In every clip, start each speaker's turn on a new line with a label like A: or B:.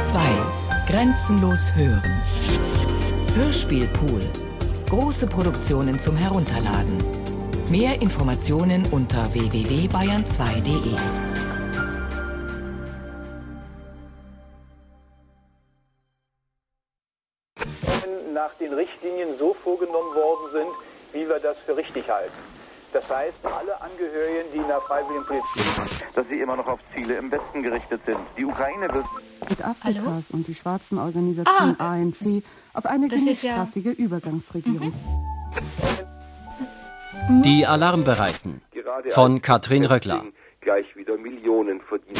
A: 2. Grenzenlos hören. Hörspielpool. Große Produktionen zum Herunterladen. Mehr Informationen unter www.bayern2.de.
B: Nach den Richtlinien so vorgenommen worden sind, wie wir das für richtig halten. Das heißt, alle Angehörigen, die in der Freiwilligen Polizei,
C: dass sie immer noch auf Ziele im Westen gerichtet sind. Die Ukraine wird
D: Südafrikas und die schwarzen Organisation ANC auf eine gemischtраssige Übergangsregierung.
E: Die Alarmbereiten von Katrin Röckler.
C: Gleich wieder Millionen verdienen.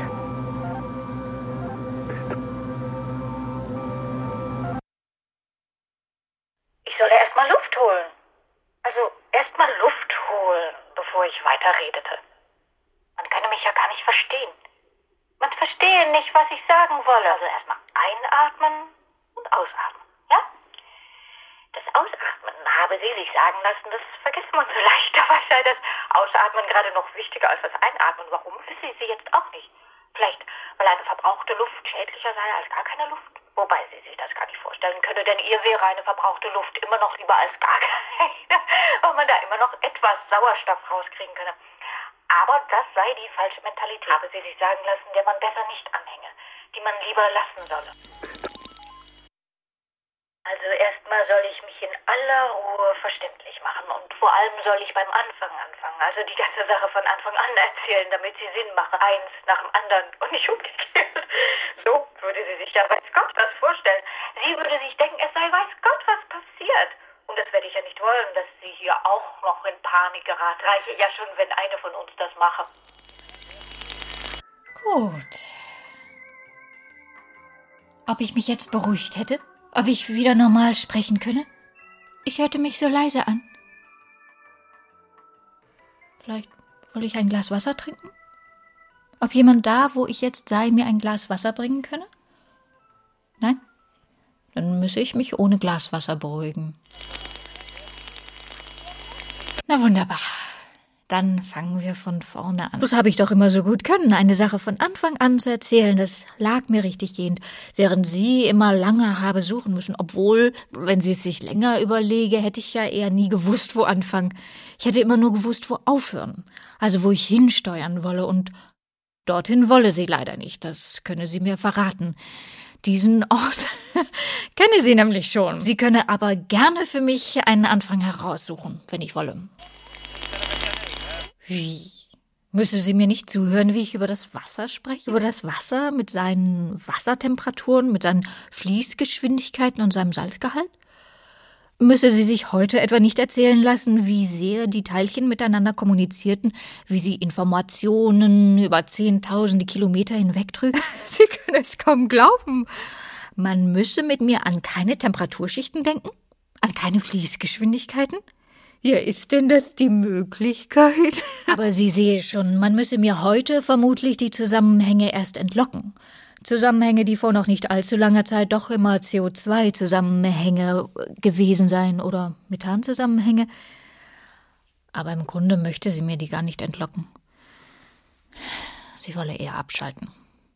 F: Ich solle erstmal Luft holen. Also erstmal Luft holen, bevor ich weiterredete. Man könne mich ja gar nicht verstehen. Man verstehe nicht, was ich sagen wolle. Also erstmal einatmen und ausatmen, ja? Das Ausatmen, habe sie sich sagen lassen, das vergisst man so leicht. Dabei sei das Ausatmen gerade noch wichtiger als das Einatmen. Warum, wisse sie jetzt auch nicht. Vielleicht, weil eine verbrauchte Luft schädlicher sei als gar keine Luft. Wobei sie sich das gar nicht vorstellen könne, denn ihr wäre eine verbrauchte Luft immer noch lieber als gar keine, weil man da immer noch etwas Sauerstoff rauskriegen könne. Aber das sei die falsche Mentalität, habe sie sich sagen lassen, der man besser nicht anhänge, die man lieber lassen solle. Also erstmal soll ich mich in aller Ruhe verständlich machen und vor allem soll ich beim Anfang anfangen, also die ganze Sache von Anfang an erzählen, damit sie Sinn macht, eins nach dem anderen und nicht umgekehrt. So würde sie sich ja weiß Gott was vorstellen. Sie würde sich denken, es sei weiß Gott was passiert. Und das werde ich ja nicht wollen, dass sie hier auch noch in Panik gerät. Reiche ja schon, wenn eine von uns das mache.
G: Gut. Ob ich mich jetzt beruhigt hätte? Ob ich wieder normal sprechen könne? Ich hörte mich so leise an. Vielleicht soll ich ein Glas Wasser trinken? Ob jemand da, wo ich jetzt sei, mir ein Glas Wasser bringen könne? Nein? Dann müsse ich mich ohne Glas Wasser beruhigen. Na wunderbar. Dann fangen wir von vorne an. Das habe ich doch immer so gut können, eine Sache von Anfang an zu erzählen. Das lag mir richtig gehend, während sie immer lange habe suchen müssen. Obwohl, wenn sie es sich länger überlege, hätte ich ja eher nie gewusst, wo anfangen. Ich hätte immer nur gewusst, wo aufhören. Also wo ich hinsteuern wolle. Und dorthin wolle sie leider nicht. Das könne sie mir verraten. Diesen Ort kenne sie nämlich schon. Sie könne aber gerne für mich einen Anfang heraussuchen, wenn ich wolle. Wie? Müsse sie mir nicht zuhören, wie ich über das Wasser spreche? Über das Wasser mit seinen Wassertemperaturen, mit seinen Fließgeschwindigkeiten und seinem Salzgehalt? Müsse sie sich heute etwa nicht erzählen lassen, wie sehr die Teilchen miteinander kommunizierten, wie sie Informationen über zehntausende Kilometer hinwegtrügen? Sie können es kaum glauben. Man müsse mit mir an keine Temperaturschichten denken? An keine Fließgeschwindigkeiten? Ja, ist denn das die Möglichkeit? Aber sie sehe schon, man müsse mir heute vermutlich die Zusammenhänge erst entlocken. Zusammenhänge, die vor noch nicht allzu langer Zeit doch immer CO2-Zusammenhänge gewesen seien oder Methanzusammenhänge. Aber im Grunde möchte sie mir die gar nicht entlocken. Sie wolle eher abschalten.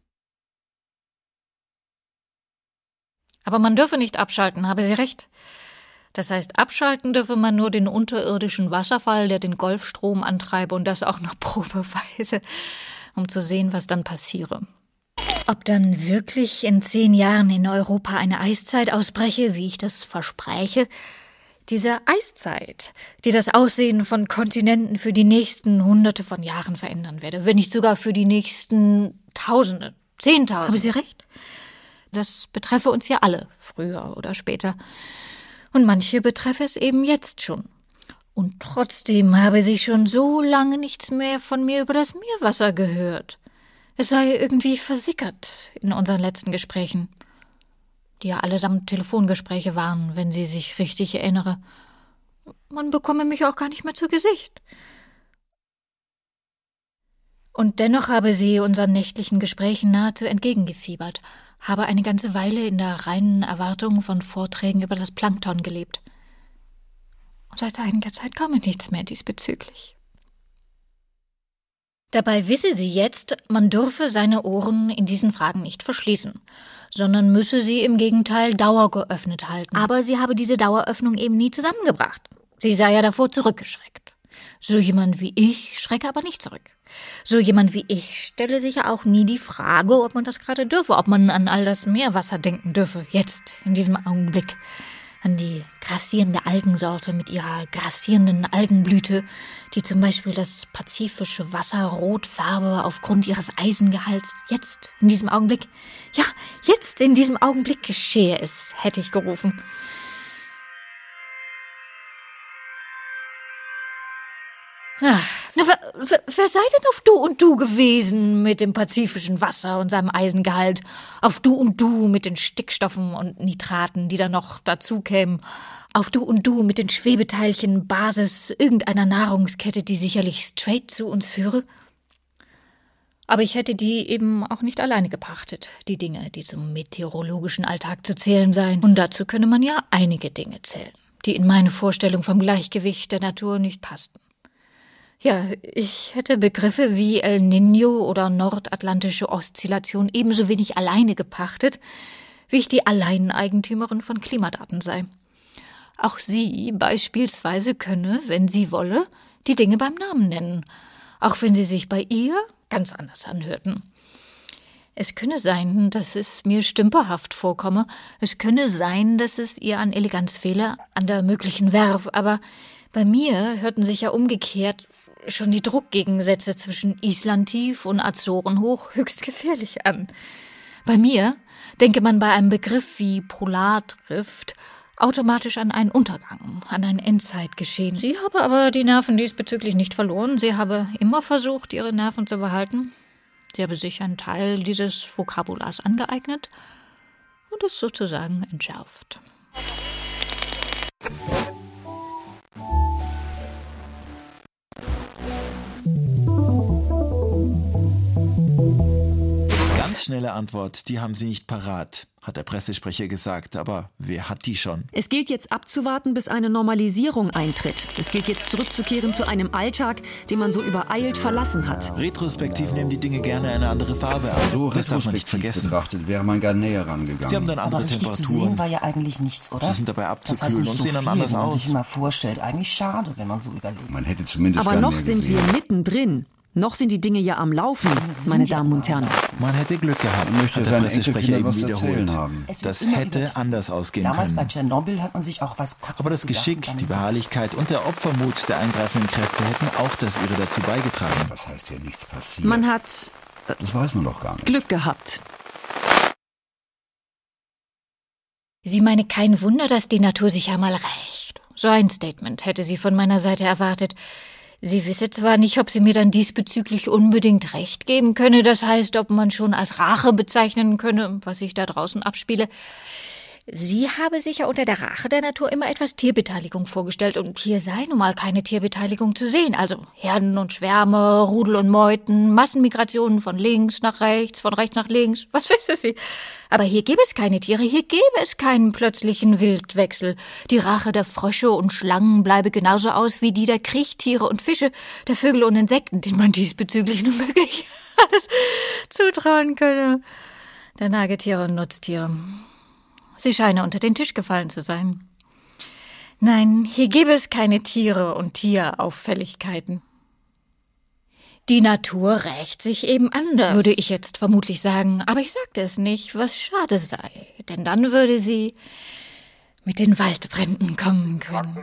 G: Aber man dürfe nicht abschalten, habe sie recht. Das heißt, abschalten dürfe man nur den unterirdischen Wasserfall, der den Golfstrom antreibe und das auch noch probeweise, um zu sehen, was dann passiere. Ob dann wirklich in 10 Jahren in Europa eine Eiszeit ausbreche, wie ich das verspreche, diese Eiszeit, die das Aussehen von Kontinenten für die nächsten Hunderte von Jahren verändern werde, wenn nicht sogar für die nächsten Tausende, Zehntausende. Haben Sie recht? Das betreffe uns ja alle, früher oder später. Und manche betreffe es eben jetzt schon. Und trotzdem habe sie schon so lange nichts mehr von mir über das Meerwasser gehört. Es sei irgendwie versickert in unseren letzten Gesprächen, die ja allesamt Telefongespräche waren, wenn sie sich richtig erinnere. Man bekomme mich auch gar nicht mehr zu Gesicht. Und dennoch habe sie unseren nächtlichen Gesprächen nahezu entgegengefiebert, habe eine ganze Weile in der reinen Erwartung von Vorträgen über das Plankton gelebt. Und seit einiger Zeit komme nichts mehr diesbezüglich. Dabei wisse sie jetzt, man dürfe seine Ohren in diesen Fragen nicht verschließen. sondern müsse sie im Gegenteil dauergeöffnet halten. Aber sie habe diese Daueröffnung eben nie zusammengebracht. Sie sei ja davor zurückgeschreckt. So jemand wie ich schrecke aber nicht zurück. So jemand wie ich stelle sich ja auch nie die Frage, ob man das gerade dürfe, ob man an all das Meerwasser denken dürfe, jetzt, in diesem Augenblick. An die grassierende Algensorte mit ihrer grassierenden Algenblüte, die zum Beispiel das pazifische Wasser rot färbe aufgrund ihres Eisengehalts. Jetzt, in diesem Augenblick, ja, jetzt in diesem Augenblick geschehe es, hätte ich gerufen. Na, wer sei denn auf Du und Du gewesen mit dem pazifischen Wasser und seinem Eisengehalt? Auf Du und Du mit den Stickstoffen und Nitraten, die da noch dazu kämen? Auf Du und Du mit den Schwebeteilchen Basis irgendeiner Nahrungskette, die sicherlich straight zu uns führe? Aber ich hätte die eben auch nicht alleine gepachtet, die Dinge, die zum meteorologischen Alltag zu zählen seien. Und dazu könne man ja einige Dinge zählen, die in meine Vorstellung vom Gleichgewicht der Natur nicht passten. Ja, ich hätte Begriffe wie El Niño oder nordatlantische Oszillation ebenso wenig alleine gepachtet, wie ich die Alleineigentümerin von Klimadaten sei. Auch sie beispielsweise könne, wenn sie wolle, die Dinge beim Namen nennen, auch wenn sie sich bei ihr ganz anders anhörten. Es könne sein, dass es mir stümperhaft vorkomme, es könne sein, dass es ihr an Eleganz fehle, an der möglichen Verve, aber bei mir hörten sich ja umgekehrt schon die Druckgegensätze zwischen Islandtief und Azorenhoch höchst gefährlich an. Bei mir denke man bei einem Begriff wie Polardrift automatisch an einen Untergang, an ein Endzeitgeschehen. Sie habe aber die Nerven diesbezüglich nicht verloren. Sie habe immer versucht, ihre Nerven zu behalten. Sie habe sich einen Teil dieses Vokabulars angeeignet und es sozusagen entschärft.
H: Schnelle Antwort, die haben Sie nicht parat, hat der Pressesprecher gesagt. Aber wer hat die schon?
I: Es gilt jetzt abzuwarten, bis eine Normalisierung eintritt. Es gilt jetzt zurückzukehren zu einem Alltag, den man so übereilt verlassen hat.
H: Retrospektiv nehmen die Dinge gerne eine andere Farbe an.
J: So
H: das darf man nicht vergessen.
J: Betrachtet wäre man gar näher rangegangen.
H: Sie haben dann andere
K: richtig
H: Temperaturen.
K: Zu sehen war ja eigentlich nichts, oder?
H: Sie sind dabei abzukühlen
K: das heißt nicht
H: und
K: so
H: sehen dann
K: viel,
H: anders
K: wie man
H: aus.
K: sich immer vorstellt. Eigentlich schade, wenn man so überlegt.
J: Man hätte zumindest
I: Aber noch
J: mehr
I: sind
J: gesehen.
I: wir mittendrin. Noch sind die Dinge ja am Laufen, meine Damen und Herren.
H: Man hätte Glück gehabt,
J: möchte
H: hat der
J: seinen
H: Pressesprecher
J: Enkelkindern
H: eben
J: was erzählen
H: wiederholt.
J: haben.
H: Das hätte anders ausgehen
K: Damals
H: können.
K: bei Tschernobyl hat man sich auch was Kopfes
H: Aber das
K: gedacht
H: Geschick,
K: und dann
H: die
K: ist
H: Beharrlichkeit und der Opfermut der eingreifenden Kräfte hätten auch das ihre dazu beigetragen.
J: Was heißt hier nichts passiert?
I: Man hat
J: das weiß man doch gar nicht.
I: Glück gehabt.
G: Sie meine, kein Wunder, dass die Natur sich einmal rächt. So ein Statement hätte sie von meiner Seite erwartet. Sie wisse zwar nicht, ob sie mir dann diesbezüglich unbedingt recht geben könne, das heißt, ob man schon als Rache bezeichnen könne, was sich da draußen abspiele. Sie habe sich ja unter der Rache der Natur immer etwas Tierbeteiligung vorgestellt, und hier sei nun mal keine Tierbeteiligung zu sehen. Also Herden und Schwärme, Rudel und Meuten, Massenmigrationen von links nach rechts, von rechts nach links, was wisse sie. Aber hier gäbe es keine Tiere, hier gäbe es keinen plötzlichen Wildwechsel. Die Rache der Frösche und Schlangen bleibe genauso aus wie die der Kriechtiere und Fische, der Vögel und Insekten, denen man diesbezüglich nun wirklich alles zutrauen könne. Der Nagetiere und Nutztiere. Sie scheine unter den Tisch gefallen zu sein. Nein, hier gäbe es keine Tiere und Tierauffälligkeiten. Die Natur rächt sich eben anders, würde ich jetzt vermutlich sagen, aber ich sagte es nicht, was schade sei, denn dann würde sie mit den Waldbränden kommen können.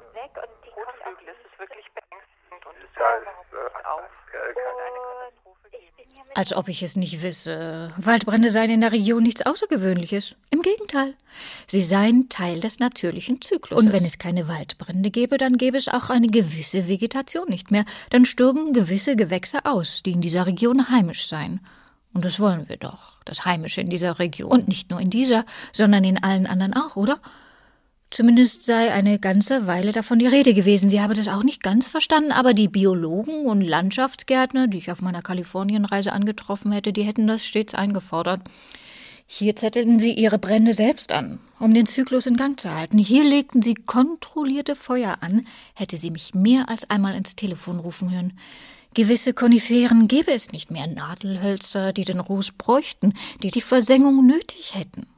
G: Als ob ich es nicht wisse. Waldbrände seien in der Region nichts Außergewöhnliches. Im Gegenteil. Sie seien Teil des natürlichen Zyklus. Und wenn es keine Waldbrände gäbe, dann gäbe es auch eine gewisse Vegetation nicht mehr. Dann stürben gewisse Gewächse aus, die in dieser Region heimisch seien. Und das wollen wir doch, das Heimische in dieser Region. Und nicht nur in dieser, sondern in allen anderen auch, oder? Zumindest sei eine ganze Weile davon die Rede gewesen. Sie habe das auch nicht ganz verstanden, aber die Biologen und Landschaftsgärtner, die ich auf meiner Kalifornienreise angetroffen hätte, die hätten das stets eingefordert. Hier zettelten sie ihre Brände selbst an, um den Zyklus in Gang zu halten. Hier legten sie kontrollierte Feuer an, hätte sie mich mehr als einmal ins Telefon rufen hören. Gewisse Koniferen gäbe es nicht mehr, Nadelhölzer, die den Ruß bräuchten, die die Versengung nötig hätten.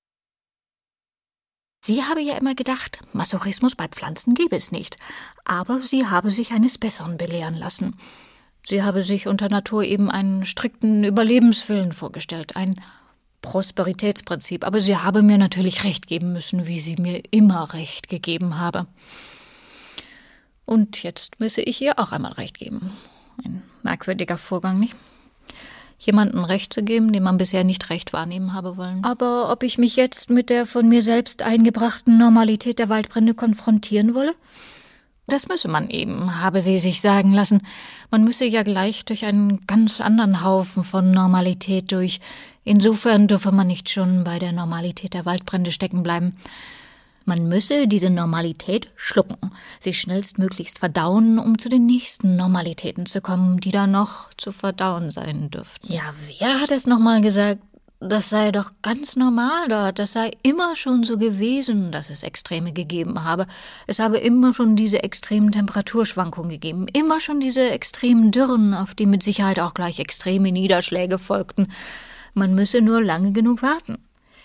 G: Sie habe ja immer gedacht, Masochismus bei Pflanzen gäbe es nicht, aber sie habe sich eines Besseren belehren lassen. Sie habe sich unter Natur eben einen strikten Überlebenswillen vorgestellt, ein Prosperitätsprinzip, aber sie habe mir natürlich recht geben müssen, wie sie mir immer recht gegeben habe. Und jetzt müsse ich ihr auch einmal recht geben. Ein merkwürdiger Vorgang, nicht? Jemandem Recht zu geben, dem man bisher nicht recht wahrnehmen habe wollen. Aber ob ich mich jetzt mit der von mir selbst eingebrachten Normalität der Waldbrände konfrontieren wolle? Das müsse man eben, habe sie sich sagen lassen. Man müsse ja gleich durch einen ganz anderen Haufen von Normalität durch. Insofern dürfe man nicht schon bei der Normalität der Waldbrände stecken bleiben. Man müsse diese Normalität schlucken, sie schnellstmöglichst verdauen, um zu den nächsten Normalitäten zu kommen, die da noch zu verdauen sein dürften. Ja, wer hat es nochmal gesagt? Das sei doch ganz normal dort, das sei immer schon so gewesen, dass es Extreme gegeben habe. Es habe immer schon diese extremen Temperaturschwankungen gegeben, immer schon diese extremen Dürren, auf die mit Sicherheit auch gleich extreme Niederschläge folgten. Man müsse nur lange genug warten.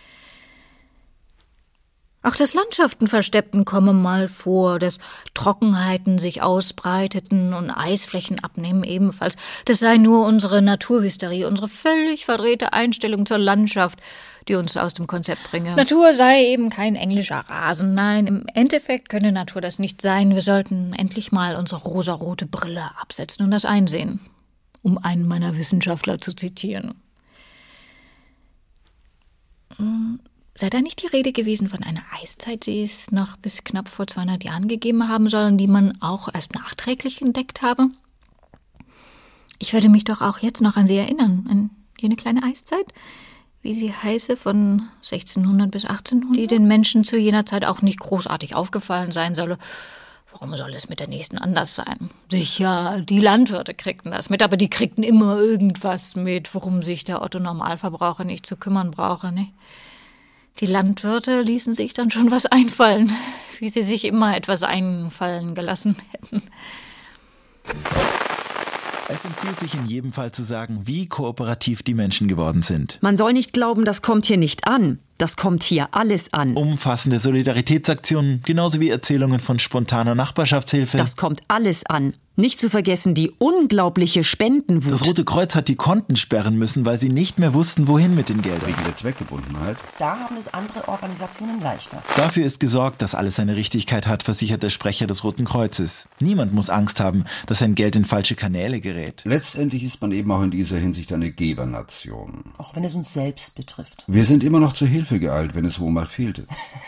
G: Auch das Landschaftenversteppten komme mal vor, dass Trockenheiten sich ausbreiteten und Eisflächen abnehmen ebenfalls. Das sei nur unsere Naturhysterie, unsere völlig verdrehte Einstellung zur Landschaft, die uns aus dem Konzept bringe. Natur sei eben kein englischer Rasen. Nein, im Endeffekt könne Natur das nicht sein. Wir sollten endlich mal unsere rosarote Brille absetzen und das einsehen, um einen meiner Wissenschaftler zu zitieren. Sei da nicht die Rede gewesen von einer Eiszeit, die es noch bis knapp vor 200 Jahren gegeben haben soll, die man auch erst nachträglich entdeckt habe? Ich werde mich doch auch jetzt noch an sie erinnern, an jene kleine Eiszeit, wie sie heiße, von 1600 bis 1800, die den Menschen zu jener Zeit auch nicht großartig aufgefallen sein solle. Warum soll es mit der nächsten anders sein? Sicher, die Landwirte kriegten das mit, aber die kriegten immer irgendwas mit, worum sich der Otto-Normalverbraucher nicht zu kümmern brauche, nicht? Die Landwirte ließen sich dann schon was einfallen, wie sie sich immer etwas einfallen gelassen hätten.
H: Es empfiehlt sich in jedem Fall zu sagen, wie kooperativ die Menschen geworden sind.
I: Man soll nicht glauben, das kommt hier nicht an. Das kommt hier alles an.
H: Umfassende Solidaritätsaktionen, genauso wie Erzählungen von spontaner Nachbarschaftshilfe.
I: Das kommt alles an. Nicht zu vergessen die unglaubliche Spendenwut.
H: Das Rote Kreuz hat die Konten sperren müssen, weil sie nicht mehr wussten, wohin mit den Geldern.
J: Wegen der Zweckgebundenheit.
K: Da haben es andere Organisationen leichter.
H: Dafür ist gesorgt, dass alles seine Richtigkeit hat, versichert der Sprecher des Roten Kreuzes. Niemand muss Angst haben, dass sein Geld in falsche Kanäle gerät.
J: Letztendlich ist man eben auch in dieser Hinsicht eine Gebernation.
K: Auch wenn es uns selbst betrifft.
J: Wir sind immer noch zur Hilfe geeilt, wenn es wo mal fehlte.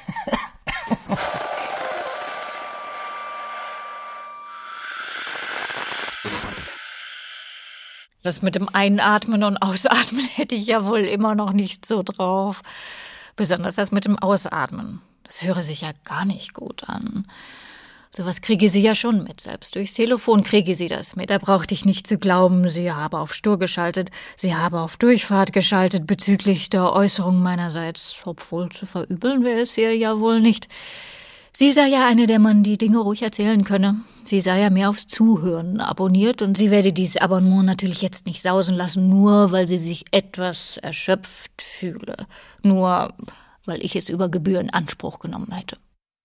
G: Das mit dem Einatmen und Ausatmen hätte ich ja wohl immer noch nicht so drauf. Besonders das mit dem Ausatmen. Das höre sich ja gar nicht gut an. Sowas kriege sie ja schon mit. Selbst durchs Telefon kriege sie das mit. Da brauchte ich nicht zu glauben, sie habe auf Stur geschaltet, sie habe auf Durchfahrt geschaltet bezüglich der Äußerung meinerseits. Obwohl zu verübeln wäre es ihr ja wohl nicht. Sie sei ja eine, der man die Dinge ruhig erzählen könne. Sie sei ja mehr aufs Zuhören abonniert und sie werde dieses Abonnement natürlich jetzt nicht sausen lassen, nur weil sie sich etwas erschöpft fühle. Nur weil ich es über Gebühr in Anspruch genommen hätte.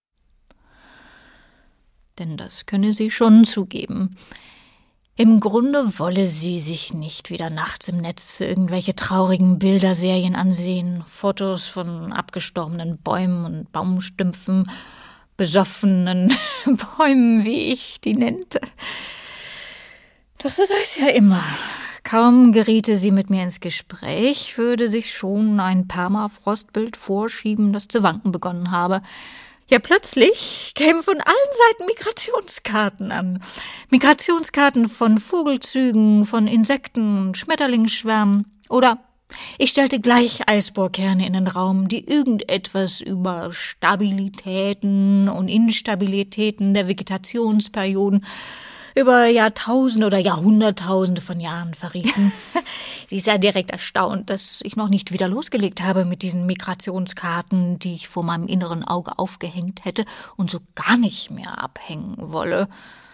G: Denn das könne sie schon zugeben. Im Grunde wolle sie sich nicht wieder nachts im Netz irgendwelche traurigen Bilderserien ansehen, Fotos von abgestorbenen Bäumen und Baumstümpfen, besoffenen Bäumen, wie ich die nennte. Doch so sei es ja immer. Kaum geriete sie mit mir ins Gespräch, würde sich schon ein Permafrostbild vorschieben, das zu wanken begonnen habe. Ja, plötzlich kämen von allen Seiten Migrationskarten an. Migrationskarten von Vogelzügen, von Insekten, Schmetterlingsschwärmen. Oder ich stellte gleich Eisbohrkerne in den Raum, die irgendetwas über Stabilitäten und Instabilitäten der Vegetationsperioden, über Jahrtausende oder Jahrhunderttausende von Jahren verrieten. Sie sei direkt erstaunt, dass ich noch nicht wieder losgelegt habe mit diesen Migrationskarten, die ich vor meinem inneren Auge aufgehängt hätte und so gar nicht mehr abhängen wolle.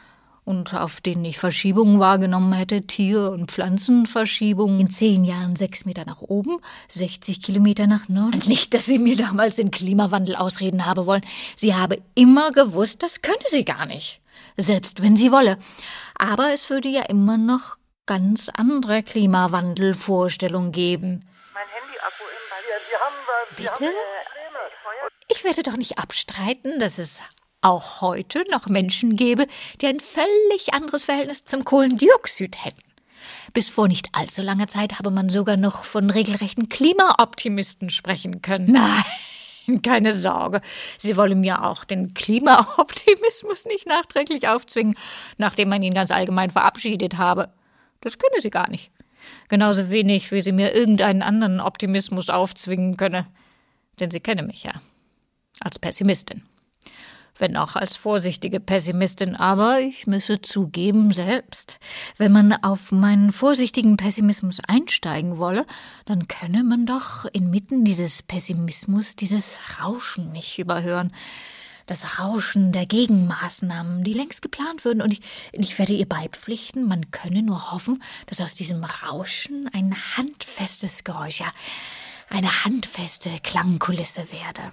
G: und auf denen ich Verschiebungen wahrgenommen hätte, Tier- und Pflanzenverschiebungen, in 10 Jahren 6 Meter nach oben, 60 Kilometer nach Norden. Nicht, dass sie mir damals den Klimawandel ausreden habe wollen. Sie habe immer gewusst, das könne sie gar nicht. Selbst wenn sie wolle. Aber es würde ja immer noch ganz andere Klimawandelvorstellungen geben.
L: Mein Handy-Akku im Ball.
G: Bitte? Ich werde doch nicht abstreiten, dass es auch heute noch Menschen gäbe, die ein völlig anderes Verhältnis zum Kohlendioxid hätten. Bis vor nicht allzu langer Zeit habe man sogar noch von regelrechten Klimaoptimisten sprechen können. Nein, keine Sorge. Sie wollen mir auch den Klimaoptimismus nicht nachträglich aufzwingen, nachdem man ihn ganz allgemein verabschiedet habe. Das könne sie gar nicht. Genauso wenig, wie sie mir irgendeinen anderen Optimismus aufzwingen könne. Denn sie kenne mich ja als Pessimistin. Wenn auch als vorsichtige Pessimistin, aber ich müsse zugeben, selbst wenn man auf meinen vorsichtigen Pessimismus einsteigen wolle, dann könne man doch inmitten dieses Pessimismus dieses Rauschen nicht überhören. Das Rauschen der Gegenmaßnahmen, die längst geplant würden. Und ich werde ihr beipflichten, man könne nur hoffen, dass aus diesem Rauschen ein handfestes Geräusch, ja, eine handfeste Klangkulisse werde.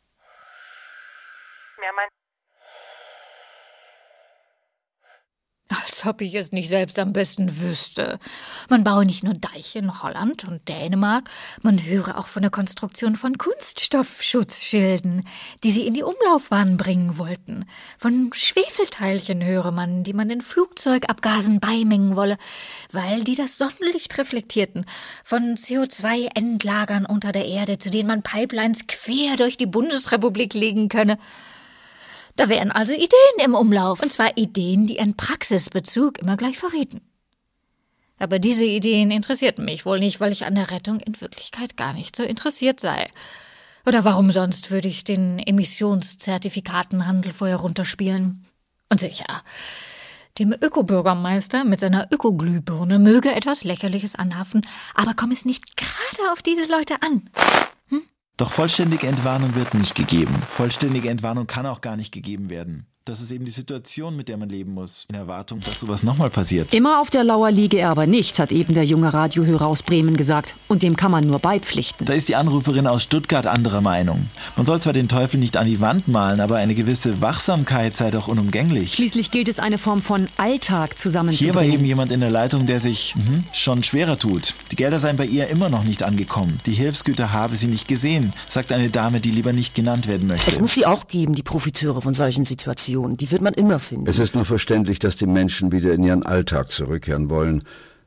G: Als ob ich es nicht selbst am besten wüsste. Man baue nicht nur Deiche in Holland und Dänemark, man höre auch von der Konstruktion von Kunststoffschutzschilden, die sie in die Umlaufbahn bringen wollten. Von Schwefelteilchen höre man, die man in Flugzeugabgasen beimengen wolle, weil die das Sonnenlicht reflektierten. Von CO2-Endlagern unter der Erde, zu denen man Pipelines quer durch die Bundesrepublik legen könne. Da wären also Ideen im Umlauf, und zwar Ideen, die ihren Praxisbezug immer gleich verrieten. Aber diese Ideen interessierten mich wohl nicht, weil ich an der Rettung in Wirklichkeit gar nicht so interessiert sei. Oder warum sonst würde ich den Emissionszertifikatenhandel vorher runterspielen? Und sicher, dem Ökobürgermeister mit seiner Ökoglühbirne möge etwas Lächerliches anhaften, aber komm es nicht gerade auf diese Leute an.
H: Doch vollständige Entwarnung wird nicht gegeben. Vollständige Entwarnung kann auch gar nicht gegeben werden. Das ist eben die Situation, mit der man leben muss, in Erwartung, dass sowas nochmal passiert.
I: Immer auf der Lauer liege er aber nicht, hat eben der junge Radiohörer aus Bremen gesagt. Und dem kann man nur beipflichten.
H: Da ist die Anruferin aus Stuttgart anderer Meinung. Man soll zwar den Teufel nicht an die Wand malen, aber eine gewisse Wachsamkeit sei doch unumgänglich.
I: Schließlich gilt es, eine Form von Alltag zusammenzubringen.
H: Hier war eben jemand in der Leitung, der sich schon schwerer tut. Die Gelder seien bei ihr immer noch nicht angekommen. Die Hilfsgüter habe sie nicht gesehen, sagt eine Dame, die lieber nicht genannt werden möchte.
K: Es muss sie auch geben, die Profiteure von solchen Situationen. Die wird man immer finden.
J: Es ist nur verständlich, dass die Menschen wieder in ihren Alltag zurückkehren wollen.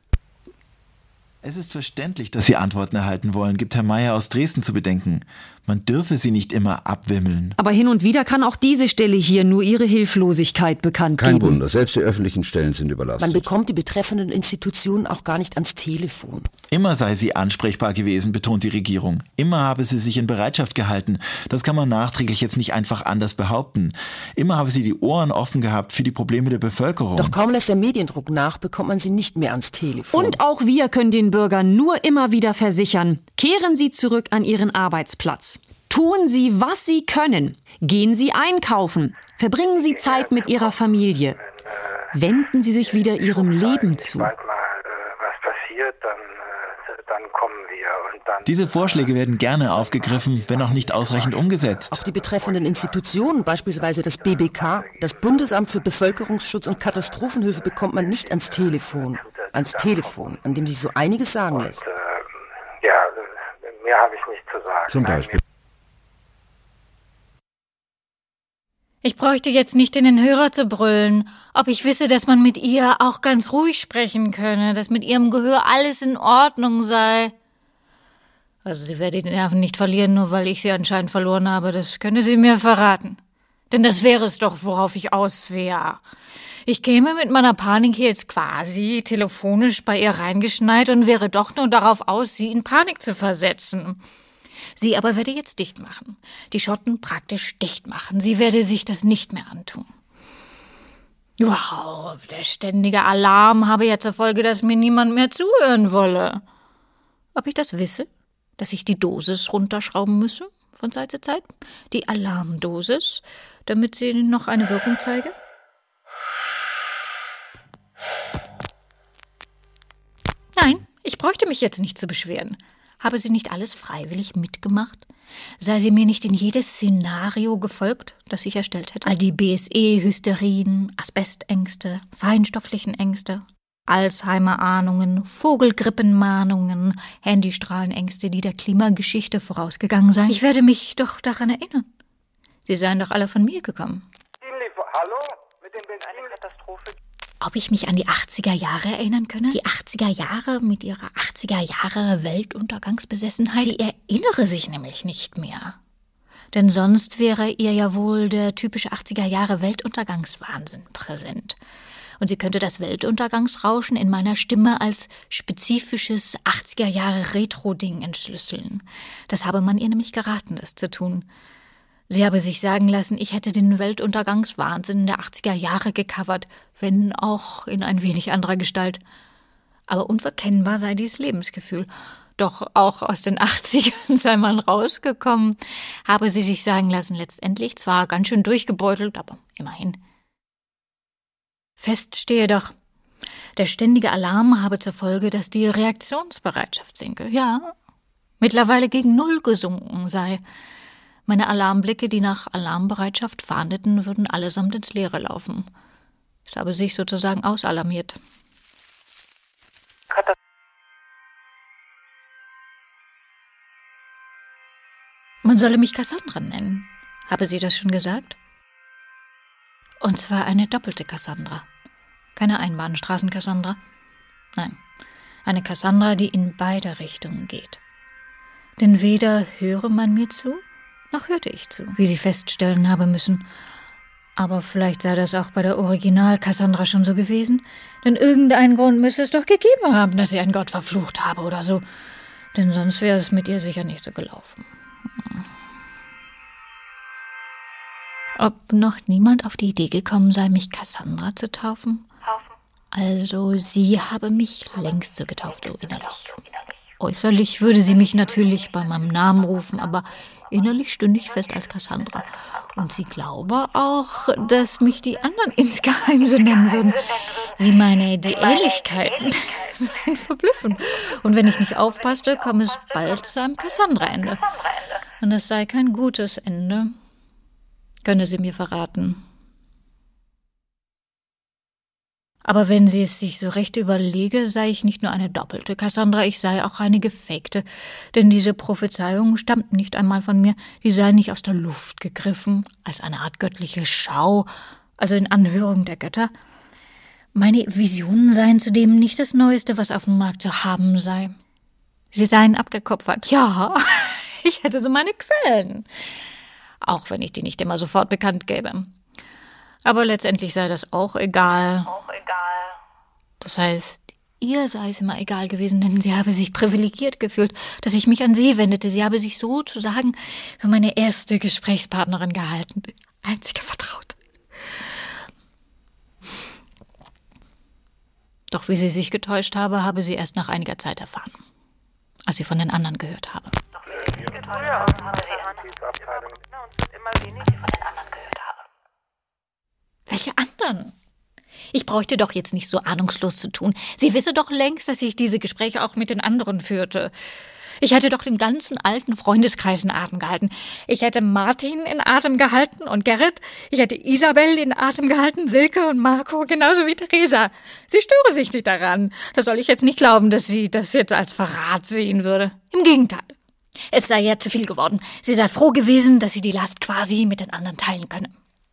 H: Es ist verständlich, dass Sie Antworten erhalten wollen, gibt Herr Mayer aus Dresden zu bedenken. Man dürfe sie nicht immer abwimmeln.
I: Aber hin und wieder kann auch diese Stelle hier nur ihre Hilflosigkeit bekannt geben.
J: Kein Wunder, selbst die öffentlichen Stellen sind überlastet.
K: Man bekommt die betreffenden Institutionen auch gar nicht ans Telefon.
H: Immer sei sie ansprechbar gewesen, betont die Regierung. Immer habe sie sich in Bereitschaft gehalten. Das kann man nachträglich jetzt nicht einfach anders behaupten. Immer habe sie die Ohren offen gehabt für die Probleme der Bevölkerung.
K: Doch kaum lässt der Mediendruck nach, bekommt man sie nicht mehr ans Telefon.
I: Und auch wir können den Bürgern nur immer wieder versichern, kehren Sie zurück an Ihren Arbeitsplatz. Tun Sie, was Sie können. Gehen Sie einkaufen. Verbringen Sie Zeit mit Ihrer Familie. Wenden Sie sich wieder Ihrem Leben zu.
L: Sobald mal was passiert, dann kommen wir. Und dann
H: Diese Vorschläge werden gerne aufgegriffen, wenn auch nicht ausreichend umgesetzt.
K: Auch die betreffenden Institutionen, beispielsweise das BBK, das Bundesamt für Bevölkerungsschutz und Katastrophenhilfe, bekommt man nicht ans Telefon. Ans Telefon, an dem sich so einiges sagen lässt.
L: Mehr habe ich nicht zu sagen.
J: Zum Beispiel.
G: Ich bräuchte jetzt nicht in den Hörer zu brüllen, ob ich wisse, dass man mit ihr auch ganz ruhig sprechen könne, dass mit ihrem Gehör alles in Ordnung sei. Also sie werde die Nerven nicht verlieren, nur weil ich sie anscheinend verloren habe, das könne sie mir verraten. Denn das wäre es doch, worauf ich aus wäre. Ich käme mit meiner Panik hier jetzt quasi telefonisch bei ihr reingeschneit und wäre doch nur darauf aus, sie in Panik zu versetzen. Sie aber werde jetzt dicht machen. Die Schotten praktisch dicht machen. Sie werde sich das nicht mehr antun. Überhaupt, der ständige Alarm habe ja zur Folge, dass mir niemand mehr zuhören wolle. Ob ich das wisse? Dass ich die Dosis runterschrauben müsse von Zeit zu Zeit? Die Alarmdosis, damit sie noch eine Wirkung zeige? Ich bräuchte mich jetzt nicht zu beschweren. Habe sie nicht alles freiwillig mitgemacht? Sei sie mir nicht in jedes Szenario gefolgt, das ich erstellt hätte? All die BSE-Hysterien, Asbestängste, feinstofflichen Ängste, Alzheimer-Ahnungen, Vogelgrippenmahnungen, Handystrahlenängste, die der Klimageschichte vorausgegangen seien. Ich werde mich doch daran erinnern. Sie seien doch alle von mir gekommen.
L: Hallo? Mit dem Benzin? Eine Katastrophe.
G: Ob ich mich an die 80er Jahre erinnern könne? Die 80er Jahre mit ihrer 80er Jahre Weltuntergangsbesessenheit? Sie erinnere sich nämlich nicht mehr. Denn sonst wäre ihr ja wohl der typische 80er Jahre Weltuntergangswahnsinn präsent. Und sie könnte das Weltuntergangsrauschen in meiner Stimme als spezifisches 80er Jahre Retro-Ding entschlüsseln. Das habe man ihr nämlich geraten, es zu tun. Sie habe sich sagen lassen, ich hätte den Weltuntergangswahnsinn der 80er Jahre gecovert, wenn auch in ein wenig anderer Gestalt. Aber unverkennbar sei dies Lebensgefühl. Doch auch aus den 80ern sei man rausgekommen, habe sie sich sagen lassen, letztendlich zwar ganz schön durchgebeutelt, aber immerhin. Fest stehe doch, der ständige Alarm habe zur Folge, dass die Reaktionsbereitschaft sinke. Ja, mittlerweile gegen 0 gesunken sei. Meine Alarmblicke, die nach Alarmbereitschaft fahndeten, würden allesamt ins Leere laufen. Es habe sich sozusagen ausalarmiert. Man solle mich Cassandra nennen. Habe sie das schon gesagt? Und zwar eine doppelte Cassandra. Keine Einbahnstraßen-Cassandra. Nein, eine Cassandra, die in beide Richtungen geht. Denn weder höre man mir zu, noch hörte ich zu, wie sie feststellen habe müssen. Aber vielleicht sei das auch bei der Original-Cassandra schon so gewesen. Denn irgendeinen Grund müsse es doch gegeben haben, dass sie einen Gott verflucht habe oder so. Denn sonst wäre es mit ihr sicher nicht so gelaufen. Ob noch niemand auf die Idee gekommen sei, mich Cassandra zu taufen? Also, sie habe mich längst so getauft, so innerlich. Äußerlich würde sie mich natürlich bei meinem Namen rufen, aber innerlich stünde ich fest als Cassandra. Und sie glaube auch, dass mich die anderen insgeheim so nennen würden. Sie meine, die Ähnlichkeiten seien verblüffend. Und wenn ich nicht aufpasste, komme es bald zu einem Cassandra-Ende. Und es sei kein gutes Ende, könne sie mir verraten. Aber wenn sie es sich so recht überlege, sei ich nicht nur eine doppelte Cassandra, ich sei auch eine gefakte. Denn diese Prophezeiungen stammten nicht einmal von mir, die seien nicht aus der Luft gegriffen, als eine Art göttliche Schau, also in Anhörung der Götter. Meine Visionen seien zudem nicht das Neueste, was auf dem Markt zu haben sei. Sie seien abgekupfert. Ja, ich hätte so meine Quellen. Auch wenn ich die nicht immer sofort bekannt gäbe. Aber letztendlich sei das auch egal. Das heißt, ihr sei es immer egal gewesen, denn sie habe sich privilegiert gefühlt, dass ich mich an sie wendete. Sie habe sich sozusagen für meine erste Gesprächspartnerin gehalten. Einzige Vertraute. Doch wie sie sich getäuscht habe sie erst nach einiger Zeit erfahren, als sie von den anderen gehört habe. Welche anderen? Ich bräuchte doch jetzt nicht so ahnungslos zu tun. Sie wisse doch längst, dass ich diese Gespräche auch mit den anderen führte. Ich hätte doch den ganzen alten Freundeskreis in Atem gehalten. Ich hätte Martin in Atem gehalten und Gerrit. Ich hätte Isabel in Atem gehalten, Silke und Marco, genauso wie Theresa. Sie störe sich nicht daran. Da soll ich jetzt nicht glauben, dass sie das jetzt als Verrat sehen würde. Im Gegenteil. Es sei ja zu viel geworden. Sie sei froh gewesen, dass sie die Last quasi mit den anderen teilen könne.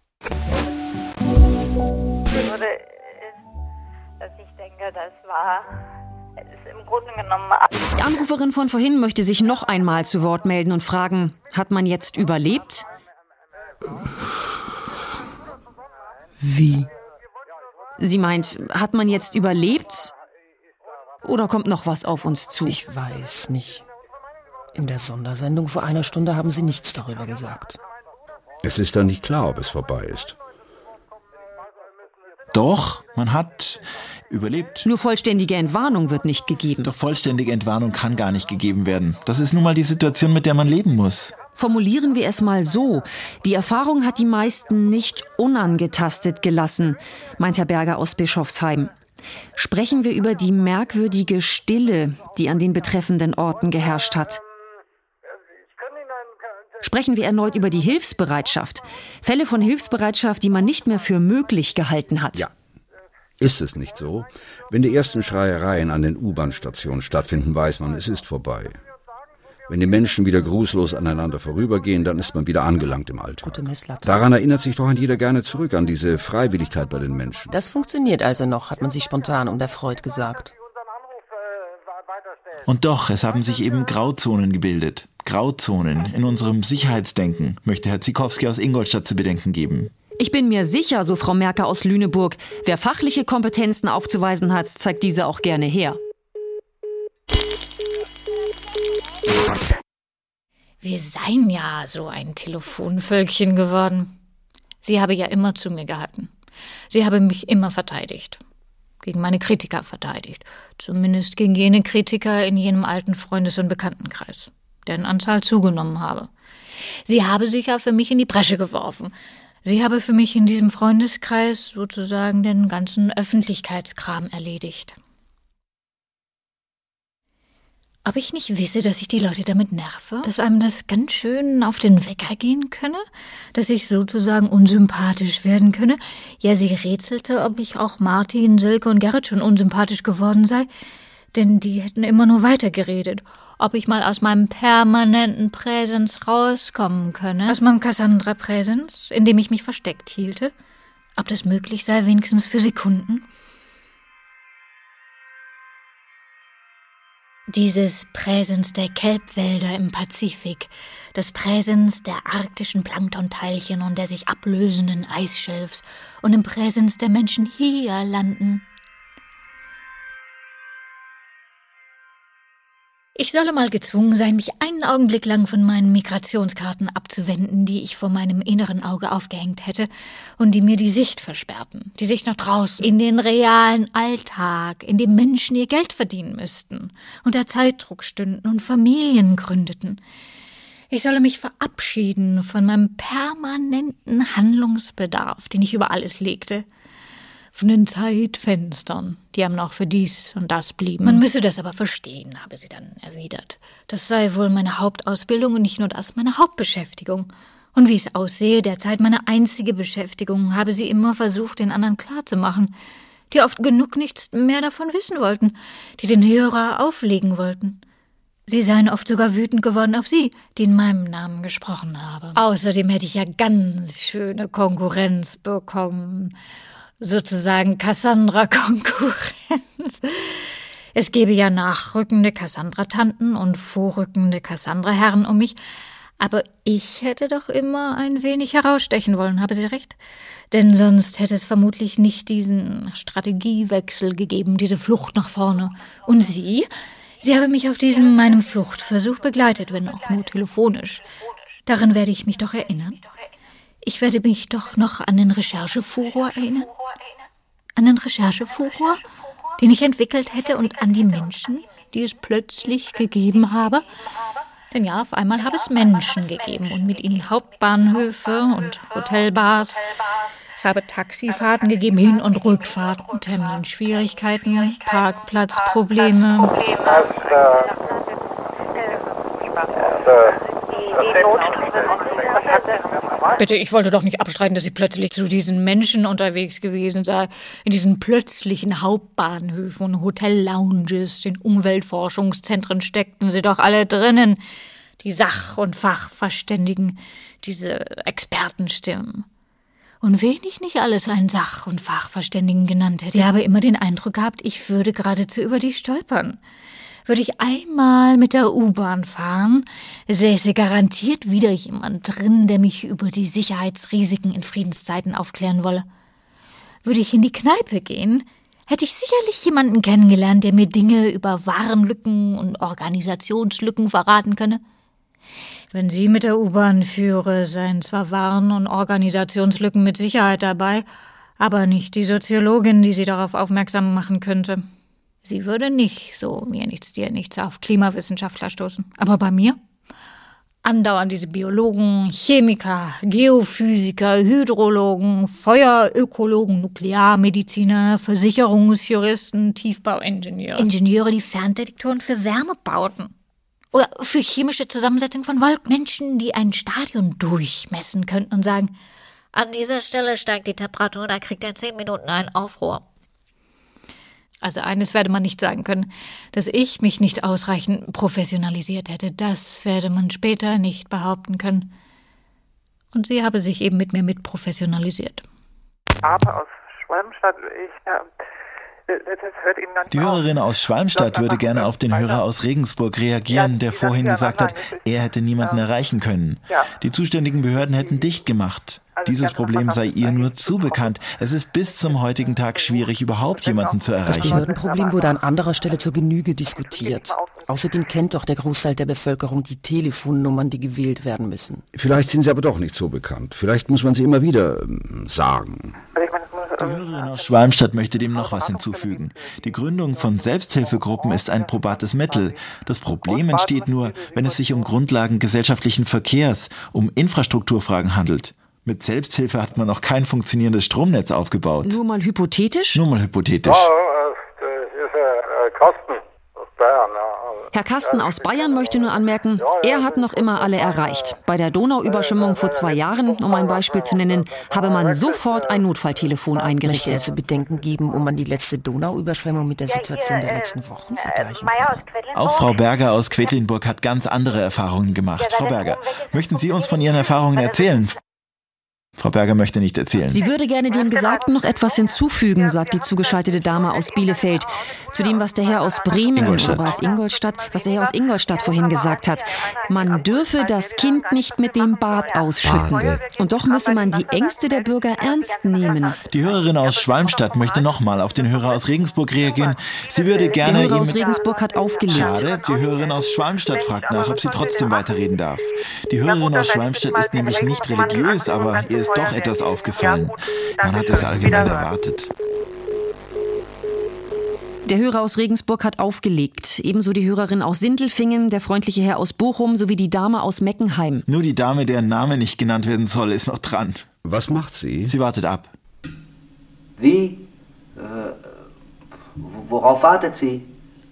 F: Dass ich denke, das war im Grunde genommen.
I: Die Anruferin von vorhin möchte sich noch einmal zu Wort melden und fragen, hat man jetzt überlebt?
K: Wie?
I: Sie meint, hat man jetzt überlebt? Oder kommt noch was auf uns zu?
K: Ich weiß nicht. In der Sondersendung vor einer Stunde haben Sie nichts darüber gesagt.
J: Es ist dann nicht klar, ob es vorbei ist.
H: Doch, man hat überlebt.
I: Nur vollständige Entwarnung wird nicht gegeben.
H: Doch vollständige Entwarnung kann gar nicht gegeben werden. Das ist nun mal die Situation, mit der man leben muss.
I: Formulieren wir es mal so. Die Erfahrung hat die meisten nicht unangetastet gelassen, meint Herr Berger aus Bischofsheim. Sprechen wir über die merkwürdige Stille, die an den betreffenden Orten geherrscht hat. Sprechen wir erneut über die Hilfsbereitschaft. Fälle von Hilfsbereitschaft, die man nicht mehr für möglich gehalten hat.
J: Ja. Ist es nicht so? Wenn die ersten Schreiereien an den U-Bahn-Stationen stattfinden, weiß man, es ist vorbei. Wenn die Menschen wieder grußlos aneinander vorübergehen, dann ist man wieder angelangt im Alltag.
K: Gute Messlatte.
J: Daran erinnert sich doch ein jeder gerne zurück, an diese Freiwilligkeit bei den Menschen.
K: Das funktioniert also noch, hat man sich spontan unerfreut gesagt.
H: Und doch, es haben sich eben Grauzonen gebildet. Grauzonen in unserem Sicherheitsdenken, möchte Herr Zikowski aus Ingolstadt zu bedenken geben.
I: Ich bin mir sicher, so Frau Merker aus Lüneburg, wer fachliche Kompetenzen aufzuweisen hat, zeigt diese auch gerne her.
G: Wir seien ja so ein Telefonvölkchen geworden. Sie habe ja immer zu mir gehalten. Sie habe mich immer verteidigt. Gegen meine Kritiker verteidigt. Zumindest gegen jene Kritiker in jenem alten Freundes- und Bekanntenkreis, deren Anzahl zugenommen habe. Sie habe sich ja für mich in die Bresche geworfen. Sie habe für mich in diesem Freundeskreis sozusagen den ganzen Öffentlichkeitskram erledigt. Ob ich nicht wisse, dass ich die Leute damit nerve? Dass einem das ganz schön auf den Wecker gehen könne? Dass ich sozusagen unsympathisch werden könne? Ja, sie rätselte, ob ich auch Martin, Silke und Gerrit schon unsympathisch geworden sei, denn die hätten immer nur weitergeredet. Ob ich mal aus meinem permanenten Präsens rauskommen könne, aus meinem Cassandra-Präsens, in dem ich mich versteckt hielte. Ob das möglich sei, wenigstens für Sekunden. Dieses Präsens der Kelbwälder im Pazifik, das Präsens der arktischen Planktonteilchen und der sich ablösenden Eisschelfs und im Präsens der Menschen hier landen. Ich solle mal gezwungen sein, mich einen Augenblick lang von meinen Migrationskarten abzuwenden, die ich vor meinem inneren Auge aufgehängt hätte und die mir die Sicht versperrten, die Sicht nach draußen, in den realen Alltag, in dem Menschen ihr Geld verdienen müssten, unter Zeitdruck stünden und Familien gründeten. Ich solle mich verabschieden von meinem permanenten Handlungsbedarf, den ich über alles legte, von den Zeitfenstern, die einem noch für dies und das blieben. Man müsse das aber verstehen, habe sie dann erwidert. Das sei wohl meine Hauptausbildung und nicht nur das, meine Hauptbeschäftigung. Und wie es aussehe, derzeit meine einzige Beschäftigung, habe sie immer versucht, den anderen klarzumachen, die oft genug nichts mehr davon wissen wollten, die den Hörer auflegen wollten. Sie seien oft sogar wütend geworden auf sie, die in meinem Namen gesprochen habe. Außerdem hätte ich ja ganz schöne Konkurrenz bekommen. Sozusagen Cassandra-Konkurrenz. Es gäbe ja nachrückende Cassandra-Tanten und vorrückende Cassandra-Herren um mich, aber ich hätte doch immer ein wenig herausstechen wollen, habe sie recht? Denn sonst hätte es vermutlich nicht diesen Strategiewechsel gegeben, diese Flucht nach vorne. Und sie habe mich auf diesem meinem Fluchtversuch begleitet, wenn auch nur telefonisch. Daran werde ich mich doch erinnern. Ich werde mich doch noch an den Recherchefuror erinnern. An den Recherchefuror, den ich entwickelt hätte und an die Menschen, die es plötzlich gegeben habe. Denn ja, auf einmal habe es Menschen gegeben und mit ihnen Hauptbahnhöfe und Hotelbars. Es habe Taxifahrten gegeben, Hin- und Rückfahrten, Terminschwierigkeiten, Parkplatzprobleme. Bitte, ich wollte doch nicht abstreiten, dass sie plötzlich zu diesen Menschen unterwegs gewesen sei. In diesen plötzlichen Hauptbahnhöfen und Hotellounges, den Umweltforschungszentren steckten sie doch alle drinnen. Die Sach- und Fachverständigen, diese Expertenstimmen. Und wen ich nicht alles einen Sach- und Fachverständigen genannt hätte. Sie habe immer den Eindruck gehabt, ich würde geradezu über die stolpern. Würde ich einmal mit der U-Bahn fahren, säße garantiert wieder jemand drin, der mich über die Sicherheitsrisiken in Friedenszeiten aufklären wolle. Würde ich in die Kneipe gehen, hätte ich sicherlich jemanden kennengelernt, der mir Dinge über Warenlücken und Organisationslücken verraten könne. Wenn sie mit der U-Bahn führe, seien zwar Waren- und Organisationslücken mit Sicherheit dabei, aber nicht die Soziologin, die sie darauf aufmerksam machen könnte. Sie würde nicht so mir nichts, dir nichts auf Klimawissenschaftler stoßen. Aber bei mir? Andauernd diese Biologen, Chemiker, Geophysiker, Hydrologen, Feuerökologen, Nuklearmediziner, Versicherungsjuristen, Tiefbauingenieure. Ingenieure, die Ferndetektoren für Wärme bauten. Oder für chemische Zusammensetzung von Wolken. Menschen, die ein Stadion durchmessen könnten und sagen, an dieser Stelle steigt die Temperatur, da kriegt er in 10 Minuten einen Aufruhr. Also eines werde man nicht sagen können, dass ich mich nicht ausreichend professionalisiert hätte. Das werde man später nicht behaupten können. Und sie habe sich eben mit mir mitprofessionalisiert.
L: Aber aus Schwalmstadt,
H: Die Hörerin aus Schwalmstadt würde gerne auf den Hörer aus Regensburg reagieren, der vorhin gesagt hat, er hätte niemanden erreichen können. Die zuständigen Behörden hätten dicht gemacht. Dieses Problem sei ihr nur zu bekannt. Es ist bis zum heutigen Tag schwierig, überhaupt jemanden zu erreichen.
K: Das Behördenproblem wurde an anderer Stelle zur Genüge diskutiert. Außerdem kennt doch der Großteil der Bevölkerung die Telefonnummern, die gewählt werden müssen.
J: Vielleicht sind sie aber doch nicht so bekannt. Vielleicht muss man sie immer wieder sagen.
H: Die Hörerin aus Schwalmstadt möchte dem noch was hinzufügen. Die Gründung von Selbsthilfegruppen ist ein probates Mittel. Das Problem entsteht nur, wenn es sich um Grundlagen gesellschaftlichen Verkehrs, um Infrastrukturfragen handelt. Mit Selbsthilfe hat man noch kein funktionierendes Stromnetz aufgebaut.
I: Nur mal hypothetisch?
H: Nur mal hypothetisch.
L: Hier ist Carsten aus Bayern.
I: Herr Carsten aus Bayern möchte nur anmerken, er hat noch immer alle erreicht. Bei der Donauüberschwemmung vor 2 Jahren, um ein Beispiel zu nennen, habe man sofort ein Notfalltelefon eingerichtet.
K: Möchte er zu bedenken geben, um an die letzte Donauüberschwemmung mit der Situation der letzten Wochen vergleichen kann?
H: Auch Frau Berger aus Quedlinburg hat ganz andere Erfahrungen gemacht. Frau Berger, möchten Sie uns von Ihren Erfahrungen erzählen? Frau Berger möchte nicht erzählen.
I: Sie würde gerne dem Gesagten noch etwas hinzufügen, sagt die zugeschaltete Dame aus Bielefeld. Zu dem, was der Herr aus Bremen, oder war es Ingolstadt, was der Herr aus Ingolstadt vorhin gesagt hat. Man dürfe das Kind nicht mit dem Bad ausschütten. Und doch müsse man die Ängste der Bürger ernst nehmen.
H: Die Hörerin aus Schwalmstadt möchte nochmal auf den Hörer aus Regensburg reagieren. Sie würde gerne...
I: Der Hörer aus Regensburg hat aufgelegt.
H: Schade, die Hörerin aus Schwalmstadt fragt nach, ob sie trotzdem weiterreden darf. Die Hörerin aus Schwalmstadt ist nämlich nicht religiös, aber ihr ist doch etwas aufgefallen. Man hat es allgemein erwartet.
I: Der Hörer aus Regensburg hat aufgelegt. Ebenso die Hörerin aus Sindelfingen, der freundliche Herr aus Bochum sowie die Dame aus Meckenheim.
H: Nur die Dame, deren Name nicht genannt werden soll, ist noch dran.
J: Was macht sie?
H: Sie wartet ab.
M: Wie? Worauf wartet sie?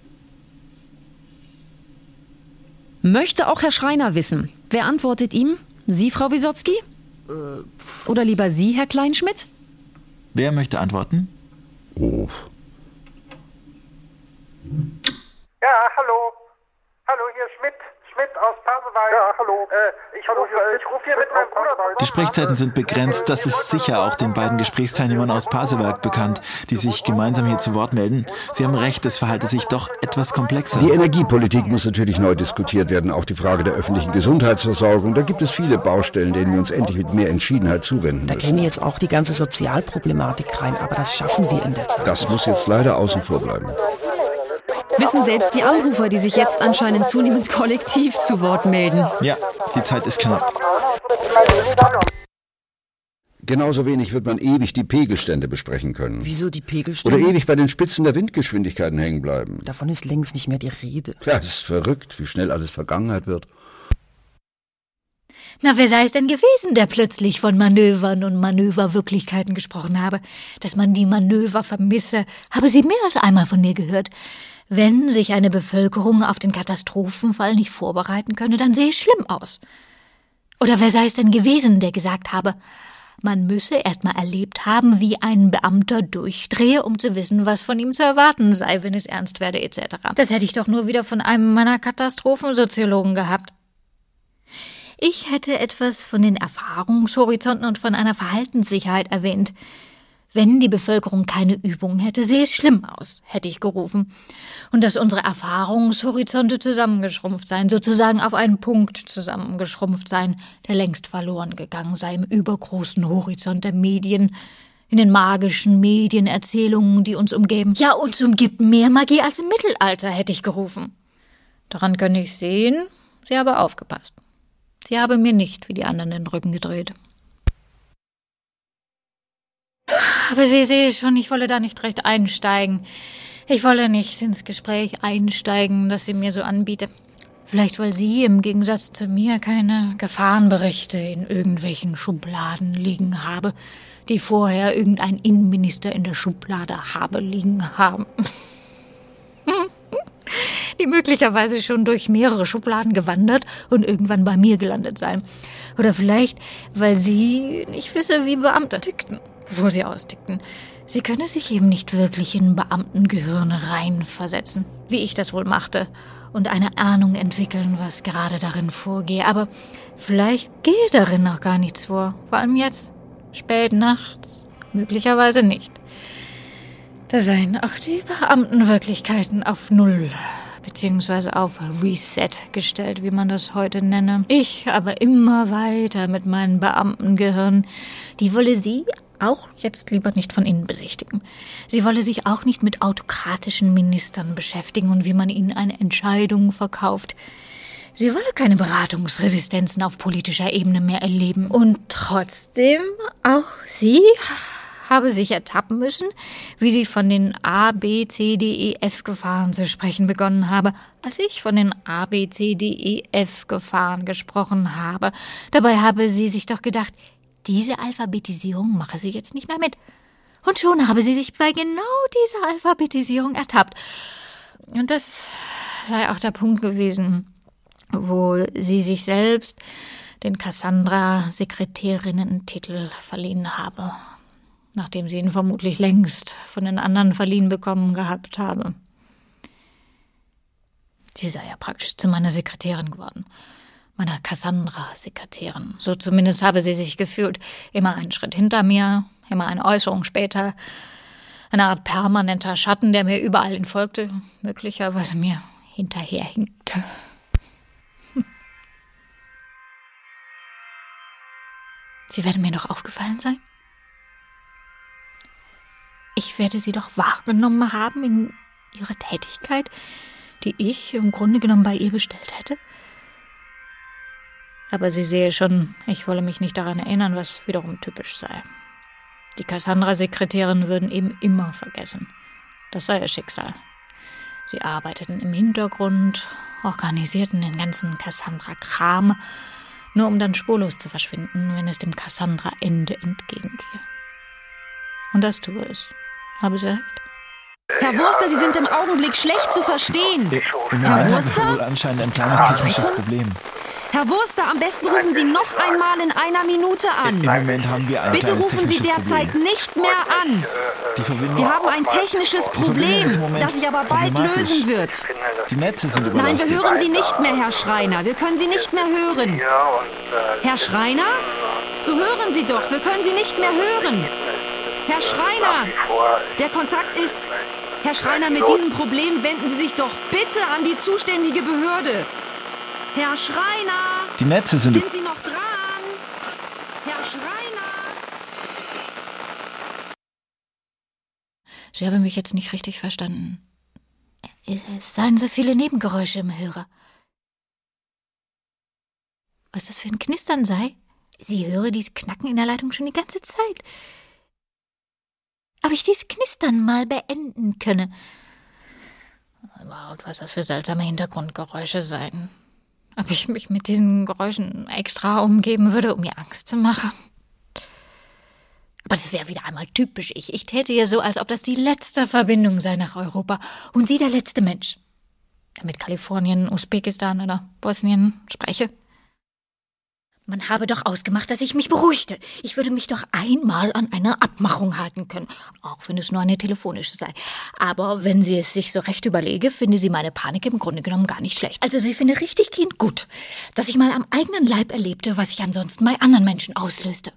I: Möchte auch Herr Schreiner wissen. Wer antwortet ihm? Sie, Frau Wisotzki? Oder lieber Sie, Herr Kleinschmidt?
H: Wer möchte antworten?
J: Oh.
L: Ja, hallo. Hallo, hier ist Schmidt aus Pasewalk. Ja, hallo. Ich ruf hier mit meinem Bruder zusammen.
H: Die Sprechzeiten sind begrenzt. Das ist sicher auch den beiden Gesprächsteilnehmern aus Pasewalk bekannt, die sich gemeinsam hier zu Wort melden. Sie haben recht, es verhalte sich doch etwas komplexer.
J: Die Energiepolitik muss natürlich neu diskutiert werden, auch die Frage der öffentlichen Gesundheitsversorgung. Da gibt es viele Baustellen, denen wir uns endlich mit mehr Entschiedenheit zuwenden müssen.
K: Da käme jetzt auch die ganze Sozialproblematik rein, aber das schaffen wir in der Zeit.
J: Das muss jetzt leider außen vor bleiben.
I: Wissen selbst die Anrufer, die sich jetzt anscheinend zunehmend kollektiv zu Wort melden.
H: Ja, die Zeit ist knapp.
J: Genauso wenig wird man ewig die Pegelstände besprechen können.
K: Wieso die Pegelstände?
J: Oder ewig bei den Spitzen der Windgeschwindigkeiten hängen bleiben.
K: Davon ist längst nicht mehr die Rede.
J: Ja, es ist verrückt, wie schnell alles Vergangenheit wird.
G: Na, wer sei es denn gewesen, der plötzlich von Manövern und Manöverwirklichkeiten gesprochen habe? Dass man die Manöver vermisse, habe sie mehr als einmal von mir gehört. Wenn sich eine Bevölkerung auf den Katastrophenfall nicht vorbereiten könne, dann sehe es schlimm aus. Oder wer sei es denn gewesen, der gesagt habe, man müsse erst mal erlebt haben, wie ein Beamter durchdrehe, um zu wissen, was von ihm zu erwarten sei, wenn es ernst werde, etc. Das hätte ich doch nur wieder von einem meiner Katastrophensoziologen gehabt. Ich hätte etwas von den Erfahrungshorizonten und von einer Verhaltenssicherheit erwähnt. Wenn die Bevölkerung keine Übung hätte, sehe es schlimm aus, hätte ich gerufen. Und dass unsere Erfahrungshorizonte zusammengeschrumpft seien, sozusagen auf einen Punkt zusammengeschrumpft seien, der längst verloren gegangen sei im übergroßen Horizont der Medien, in den magischen Medienerzählungen, die uns umgeben. Ja, uns umgibt mehr Magie als im Mittelalter, hätte ich gerufen. Daran kann ich sehen, sie habe aufgepasst. Sie habe mir nicht wie die anderen den Rücken gedreht. Aber Sie sehen schon, ich wolle da nicht recht einsteigen. Ich wolle nicht ins Gespräch einsteigen, das sie mir so anbietet. Vielleicht, weil sie im Gegensatz zu mir keine Gefahrenberichte in irgendwelchen Schubladen liegen habe, die vorher irgendein Innenminister in der Schublade habe liegen haben. Die möglicherweise schon durch mehrere Schubladen gewandert und irgendwann bei mir gelandet sein. Oder vielleicht, weil sie nicht wisse, wie Beamte tickten, bevor sie austickten. Sie könne sich eben nicht wirklich in Beamtengehirne reinversetzen, wie ich das wohl machte, und eine Ahnung entwickeln, was gerade darin vorgehe. Aber vielleicht gehe darin noch gar nichts vor, vor allem jetzt, spät nachts, möglicherweise nicht. Da seien auch die Beamtenwirklichkeiten auf Null beziehungsweise auf Reset gestellt, wie man das heute nenne. Ich aber immer weiter mit meinem Beamtengehirn. Die wolle sie auch jetzt lieber nicht von innen besichtigen. Sie wolle sich auch nicht mit autokratischen Ministern beschäftigen und wie man ihnen eine Entscheidung verkauft. Sie wolle keine Beratungsresistenzen auf politischer Ebene mehr erleben. Und trotzdem, auch sie habe sich ertappen müssen, wie sie von den A, B, C, D, E, F-Gefahren zu sprechen begonnen habe, als ich von den A, B, C, D, E, F-Gefahren gesprochen habe. Dabei habe sie sich doch gedacht, diese Alphabetisierung mache sie jetzt nicht mehr mit. Und schon habe sie sich bei genau dieser Alphabetisierung ertappt. Und das sei auch der Punkt gewesen, wo sie sich selbst den Cassandra-Sekretärinnen-Titel verliehen habe, nachdem sie ihn vermutlich längst von den anderen verliehen bekommen gehabt habe. Sie sei ja praktisch zu meiner Sekretärin geworden, meiner Cassandra-Sekretärin. So zumindest habe sie sich gefühlt. Immer einen Schritt hinter mir, immer eine Äußerung später, eine Art permanenter Schatten, der mir überall entfolgte, möglicherweise mir hinterherhinkte. Sie werden mir doch aufgefallen sein? Ich werde sie doch wahrgenommen haben in ihrer Tätigkeit, die ich im Grunde genommen bei ihr bestellt hätte. Aber sie sehe schon, ich wolle mich nicht daran erinnern, was wiederum typisch sei. Die Cassandra-Sekretärinnen würden eben immer vergessen. Das sei ihr Schicksal. Sie arbeiteten im Hintergrund, organisierten den ganzen Cassandra-Kram, nur um dann spurlos zu verschwinden, wenn es dem Cassandra-Ende entgegengehe. Und das tue es. Habe ich recht?
I: Herr Wurster, Sie sind im Augenblick schlecht zu verstehen.
H: Herr Wurster? Wohl anscheinend ein kleines technisches Problem.
I: Herr Wurster, am besten rufen Sie noch einmal in einer Minute an.
H: Im Moment haben wir ein
I: Bitte rufen Sie derzeit nicht mehr an. Wir haben ein technisches Problem, das sich aber bald lösen wird.
H: Die Netze sind überlastet.
I: Nein, wir hören Sie nicht mehr, Herr Schreiner. Wir können Sie nicht mehr hören. Herr Schreiner? So hören Sie doch, wir können Sie nicht mehr hören. Herr Schreiner, der Kontakt ist... Herr Schreiner, mit diesem Problem wenden Sie sich doch bitte an die zuständige Behörde. Herr Schreiner!
H: Die Netze sind
I: Sie noch dran? Herr Schreiner!
G: Sie haben mich jetzt nicht richtig verstanden. Es seien so viele Nebengeräusche im Hörer. Was das für ein Knistern sei? Sie höre dieses Knacken in der Leitung schon die ganze Zeit. Ob ich dieses Knistern mal beenden könne? Überhaupt, was das für seltsame Hintergrundgeräusche seien. Ob ich mich mit diesen Geräuschen extra umgeben würde, um mir Angst zu machen? Aber das wäre wieder einmal typisch ich. Ich täte ja so, als ob das die letzte Verbindung sei nach Europa und sie der letzte Mensch, der mit Kalifornien, Usbekistan oder Bosnien spreche. Man habe doch ausgemacht, dass ich mich beruhigte. Ich würde mich doch einmal an eine Abmachung halten können, auch wenn es nur eine telefonische sei. Aber wenn sie es sich so recht überlege, finde sie meine Panik im Grunde genommen gar nicht schlecht. Also sie finde richtiggehend gut, dass ich mal am eigenen Leib erlebte, was ich ansonsten bei anderen Menschen auslöste.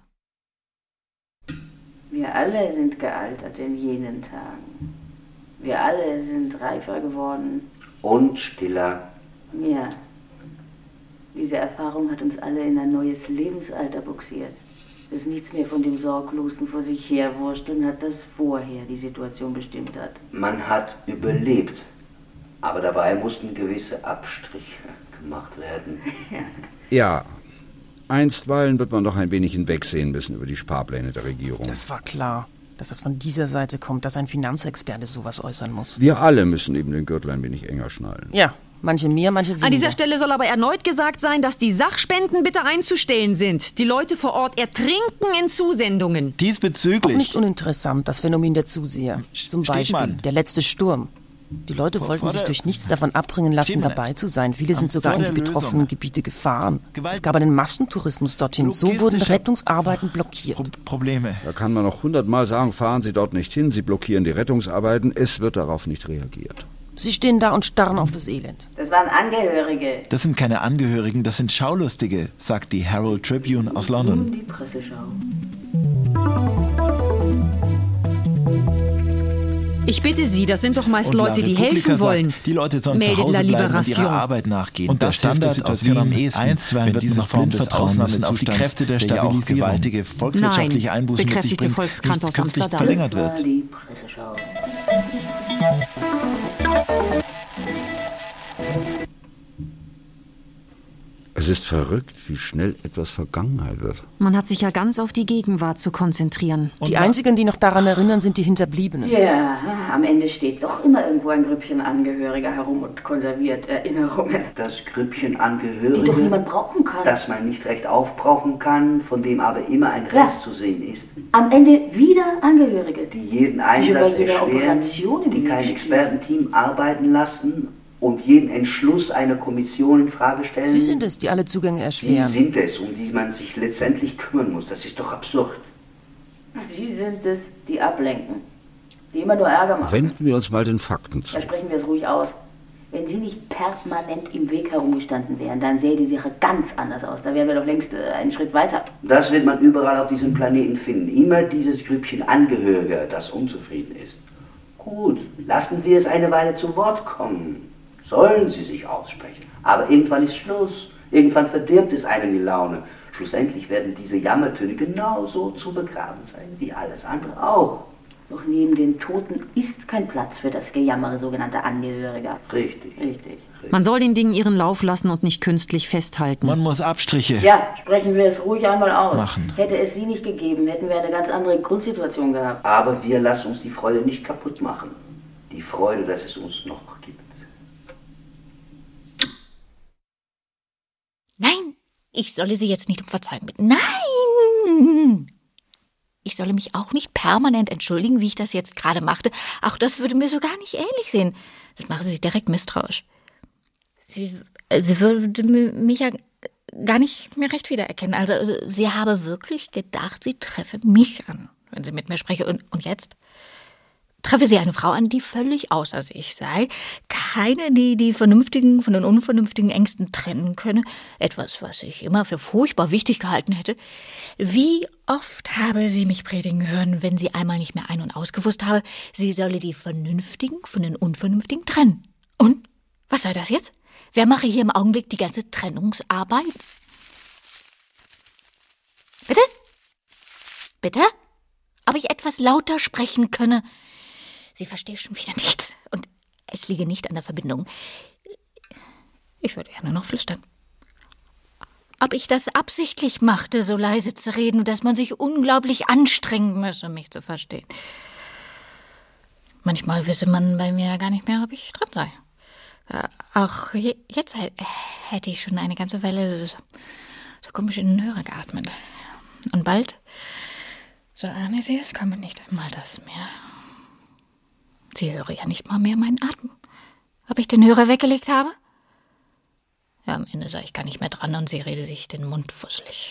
N: Wir alle sind gealtert in jenen Tagen. Wir alle sind reifer geworden.
M: Und stiller.
N: Ja. Diese Erfahrung hat uns alle in ein neues Lebensalter buxiert. Das nichts mehr von dem Sorglosen vor sich herwursteln hat, das vorher die Situation bestimmt hat.
M: Man hat überlebt, aber dabei mussten gewisse Abstriche gemacht werden.
J: Ja, einstweilen wird man doch ein wenig hinwegsehen müssen über die Sparpläne der Regierung.
K: Das war klar, dass das von dieser Seite kommt, dass ein Finanzexperte sowas äußern muss.
J: Wir alle müssen eben den Gürtel ein wenig enger schnallen.
K: Ja, Manche mehr, manche weniger.
I: An dieser Stelle soll aber erneut gesagt sein, dass die Sachspenden bitte einzustellen sind. Die Leute vor Ort ertrinken in Zusendungen.
H: Diesbezüglich.
K: Auch nicht uninteressant, das Phänomen der Zuseher. Zum Beispiel der letzte Sturm. Die Leute wollten sich durch nichts davon abbringen lassen, dabei zu sein. Viele sind sogar in die betroffenen Gebiete gefahren. Es gab einen Massentourismus dorthin. So wurden Rettungsarbeiten blockiert.
H: Probleme.
J: Da kann man noch 100-mal sagen, fahren Sie dort nicht hin, Sie blockieren die Rettungsarbeiten. Es wird darauf nicht reagiert.
K: Sie stehen da und starren auf das Elend.
N: Das waren Angehörige.
H: Das sind keine Angehörigen, das sind Schaulustige, sagt die Herald Tribune aus London.
N: Die Presseschau.
I: Ich bitte Sie, das sind doch meist Leute, die helfen wollen.
H: Die Leute sollen zu Hause bleiben und ihrer Arbeit nachgehen. Und der Standardsituation am ehesten. Einstweilen wird diese Form des Ausnahmezustands, auf die Kräfte der Stabilisierung, gewaltige volkswirtschaftliche Einbußen mit sich bringt, nicht künstlich verlängert wird.
N: Die Presseschau.
J: Es ist verrückt, wie schnell etwas Vergangenheit wird.
I: Man hat sich ja ganz auf die Gegenwart zu konzentrieren.
K: Die einzigen, die noch daran erinnern, sind die Hinterbliebenen.
N: Ja, am Ende steht doch immer irgendwo ein Grüppchen Angehöriger herum und konserviert Erinnerungen.
M: Das Grüppchen Angehörige,
N: die doch niemand brauchen kann.
M: Das man nicht recht aufbrauchen kann, von dem aber immer ein Rest zu sehen ist.
N: Am Ende wieder Angehörige.
M: Die jeden Einsatz erschweren, die kein Expertenteam arbeiten lassen und jeden Entschluss einer Kommission in Frage stellen.
K: Sie sind es, die alle Zugänge erschweren.
M: Sie sind es, um die man sich letztendlich kümmern muss. Das ist doch absurd.
N: Sie sind es, die ablenken. Die immer nur Ärger machen.
J: Wenden wir uns mal den Fakten zu.
N: Da sprechen wir es ruhig aus. Wenn Sie nicht permanent im Weg herumgestanden wären, dann sähe die Sache ganz anders aus. Da wären wir doch längst einen Schritt weiter.
M: Das wird man überall auf diesem Planeten finden. Immer dieses Grüppchen Angehöriger, das unzufrieden ist. Gut, lassen wir es eine Weile zu Wort kommen. Sollen sie sich aussprechen. Aber irgendwann ist Schluss. Irgendwann verdirbt es einen die Laune. Schlussendlich werden diese Jammertöne genauso zu begraben sein wie alles andere auch.
N: Doch neben den Toten ist kein Platz für das Gejammere sogenannter Angehöriger.
M: Richtig.
I: Man soll den Dingen ihren Lauf lassen und nicht künstlich festhalten.
H: Man muss Abstriche.
N: Ja, sprechen wir es ruhig einmal aus.
H: Machen.
N: Hätte es sie nicht gegeben, hätten wir eine ganz andere Grundsituation gehabt.
M: Aber wir lassen uns die Freude nicht kaputt machen. Die Freude, dass es uns noch gibt.
G: Nein, ich solle Sie jetzt nicht um Verzeihung bitten. Nein! Ich solle mich auch nicht permanent entschuldigen, wie ich das jetzt gerade machte. Auch das würde mir so gar nicht ähnlich sehen. Das mache Sie direkt misstrauisch. Sie würde mich ja gar nicht mehr recht wiedererkennen. Also sie habe wirklich gedacht, sie treffe mich an, wenn sie mit mir spreche. Und jetzt treffe sie eine Frau an, die völlig außer sich sei. Keine, die die Vernünftigen von den Unvernünftigen Ängsten trennen könne. Etwas, was ich immer für furchtbar wichtig gehalten hätte. Wie oft habe sie mich predigen hören, wenn sie einmal nicht mehr ein- und ausgewusst habe, sie solle die Vernünftigen von den Unvernünftigen trennen. Und? Was sei das jetzt? Wer mache hier im Augenblick die ganze Trennungsarbeit? Bitte? Bitte? Ob ich etwas lauter sprechen könne? Sie verstehe schon wieder nichts. Und es liege nicht an der Verbindung. Ich würde ja nur noch flüstern. Ob ich das absichtlich machte, so leise zu reden, dass man sich unglaublich anstrengen müsse, mich zu verstehen. Manchmal wisse man bei mir gar nicht mehr, ob ich dran sei. Auch jetzt hätte ich schon eine ganze Weile so komisch in den Hörer geatmet. Und bald, so ahne sie es, komme nicht einmal das mehr. Sie höre ja nicht mal mehr meinen Atem. Ob ich den Hörer weggelegt habe? Ja, am Ende sei ich gar nicht mehr dran und sie rede sich den Mund fusselig.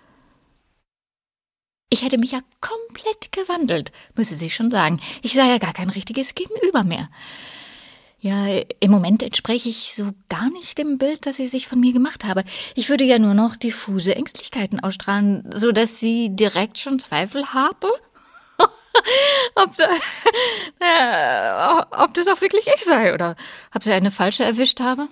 G: Ich hätte mich ja komplett gewandelt, müsse sie schon sagen. Ich sei ja gar kein richtiges Gegenüber mehr. Ja, im Moment entspräche ich so gar nicht dem Bild, das sie sich von mir gemacht habe. Ich würde ja nur noch diffuse Ängstlichkeiten ausstrahlen, so dass sie direkt schon Zweifel habe, ob das auch wirklich ich sei oder ob sie eine falsche erwischt habe.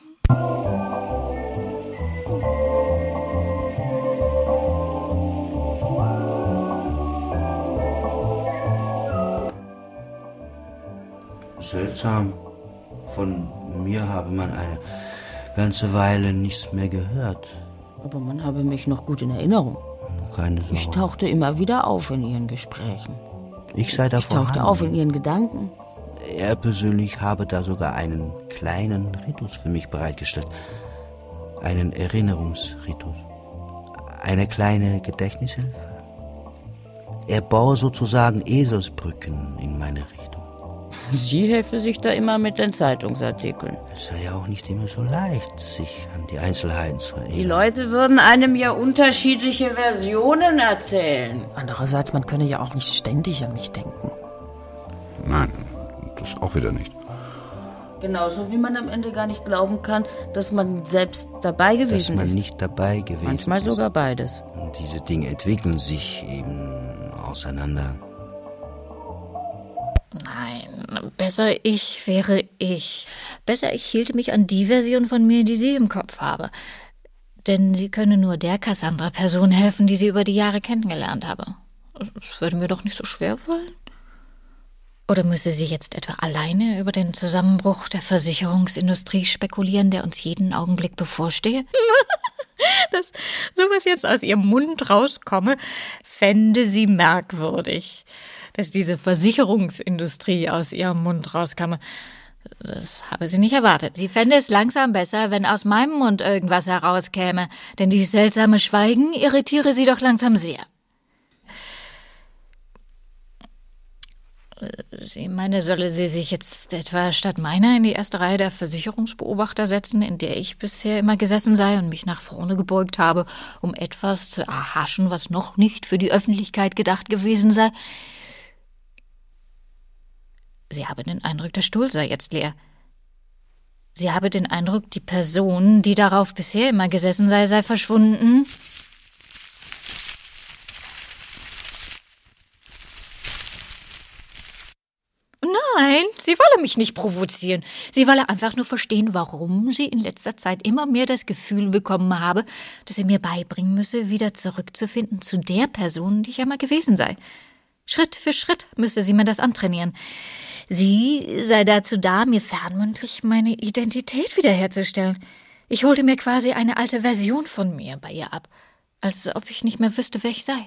M: Seltsam. Von mir habe man eine ganze Weile nichts mehr gehört.
K: Aber man habe mich noch gut in Erinnerung.
M: Keine Sorge.
K: Ich tauchte immer wieder auf in Ihren Gesprächen.
M: Ich sei da vorhanden.
K: Ich tauchte auf in Ihren Gedanken.
M: Er persönlich habe da sogar einen kleinen Ritus für mich bereitgestellt. Einen Erinnerungsritus. Eine kleine Gedächtnishilfe. Er baue sozusagen Eselsbrücken in meine Richtung.
N: Sie helfe sich da immer mit den Zeitungsartikeln.
M: Es sei ja auch nicht immer so leicht, sich an die Einzelheiten zu erinnern.
N: Die Leute würden einem ja unterschiedliche Versionen erzählen.
K: Andererseits, man könne ja auch nicht ständig an mich denken.
J: Nein, das auch wieder nicht.
N: Genauso wie man am Ende gar nicht glauben kann, dass man selbst dabei gewesen ist.
M: Dass man nicht dabei gewesen ist.
N: Manchmal sogar beides.
M: Und diese Dinge entwickeln sich eben auseinander.
G: Nein, besser ich wäre ich. Besser ich hielte mich an die Version von mir, die sie im Kopf habe. Denn sie könne nur der Cassandra-Person helfen, die sie über die Jahre kennengelernt habe. Das würde mir doch nicht so schwer fallen. Oder müsse sie jetzt etwa alleine über den Zusammenbruch der Versicherungsindustrie spekulieren, der uns jeden Augenblick bevorstehe? Dass sowas jetzt aus ihrem Mund rauskomme, fände sie merkwürdig. Dass diese Versicherungsindustrie aus ihrem Mund rauskomme, das habe sie nicht erwartet. Sie fände es langsam besser, wenn aus meinem Mund irgendwas herauskäme, denn dieses seltsame Schweigen irritiere sie doch langsam sehr. Sie meine, solle sie sich jetzt etwa statt meiner in die erste Reihe der Versicherungsbeobachter setzen, in der ich bisher immer gesessen sei und mich nach vorne gebeugt habe, um etwas zu erhaschen, was noch nicht für die Öffentlichkeit gedacht gewesen sei? Sie habe den Eindruck, der Stuhl sei jetzt leer. Sie habe den Eindruck, die Person, die darauf bisher immer gesessen sei verschwunden. Nein, sie wolle mich nicht provozieren. Sie wolle einfach nur verstehen, warum sie in letzter Zeit immer mehr das Gefühl bekommen habe, dass sie mir beibringen müsse, wieder zurückzufinden zu der Person, die ich einmal gewesen sei. Schritt für Schritt müsse sie mir das antrainieren. Sie sei dazu da, mir fernmündlich meine Identität wiederherzustellen. Ich holte mir quasi eine alte Version von mir bei ihr ab, als ob ich nicht mehr wüsste, wer ich sei.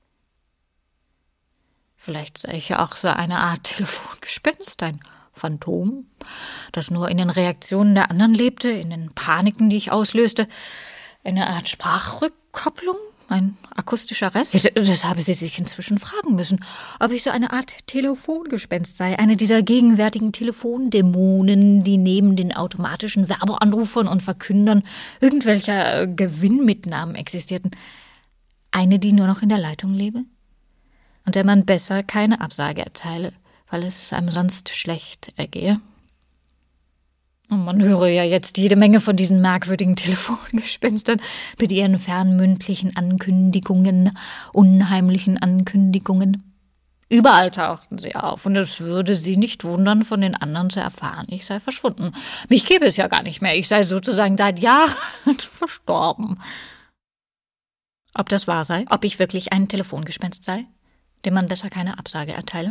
G: Vielleicht sei ich ja auch so eine Art Telefongespenst, ein Phantom, das nur in den Reaktionen der anderen lebte, in den Paniken, die ich auslöste. Eine Art Sprachrückkopplung, ein akustischer Rest. Das habe sie sich inzwischen fragen müssen, ob ich so eine Art Telefongespenst sei, eine dieser gegenwärtigen Telefondämonen, die neben den automatischen Werbeanrufern und Verkündern irgendwelcher Gewinnmitnahmen existierten. Eine, die nur noch in der Leitung lebe? Und der man besser keine Absage erteile, weil es einem sonst schlecht ergehe. Und man höre ja jetzt jede Menge von diesen merkwürdigen Telefongespenstern mit ihren fernmündlichen Ankündigungen, unheimlichen Ankündigungen. Überall tauchten sie auf, und es würde sie nicht wundern, von den anderen zu erfahren, ich sei verschwunden. Mich gäbe es ja gar nicht mehr, ich sei sozusagen seit Jahren verstorben. Ob das wahr sei, ob ich wirklich ein Telefongespenst sei, dem man besser keine Absage erteile?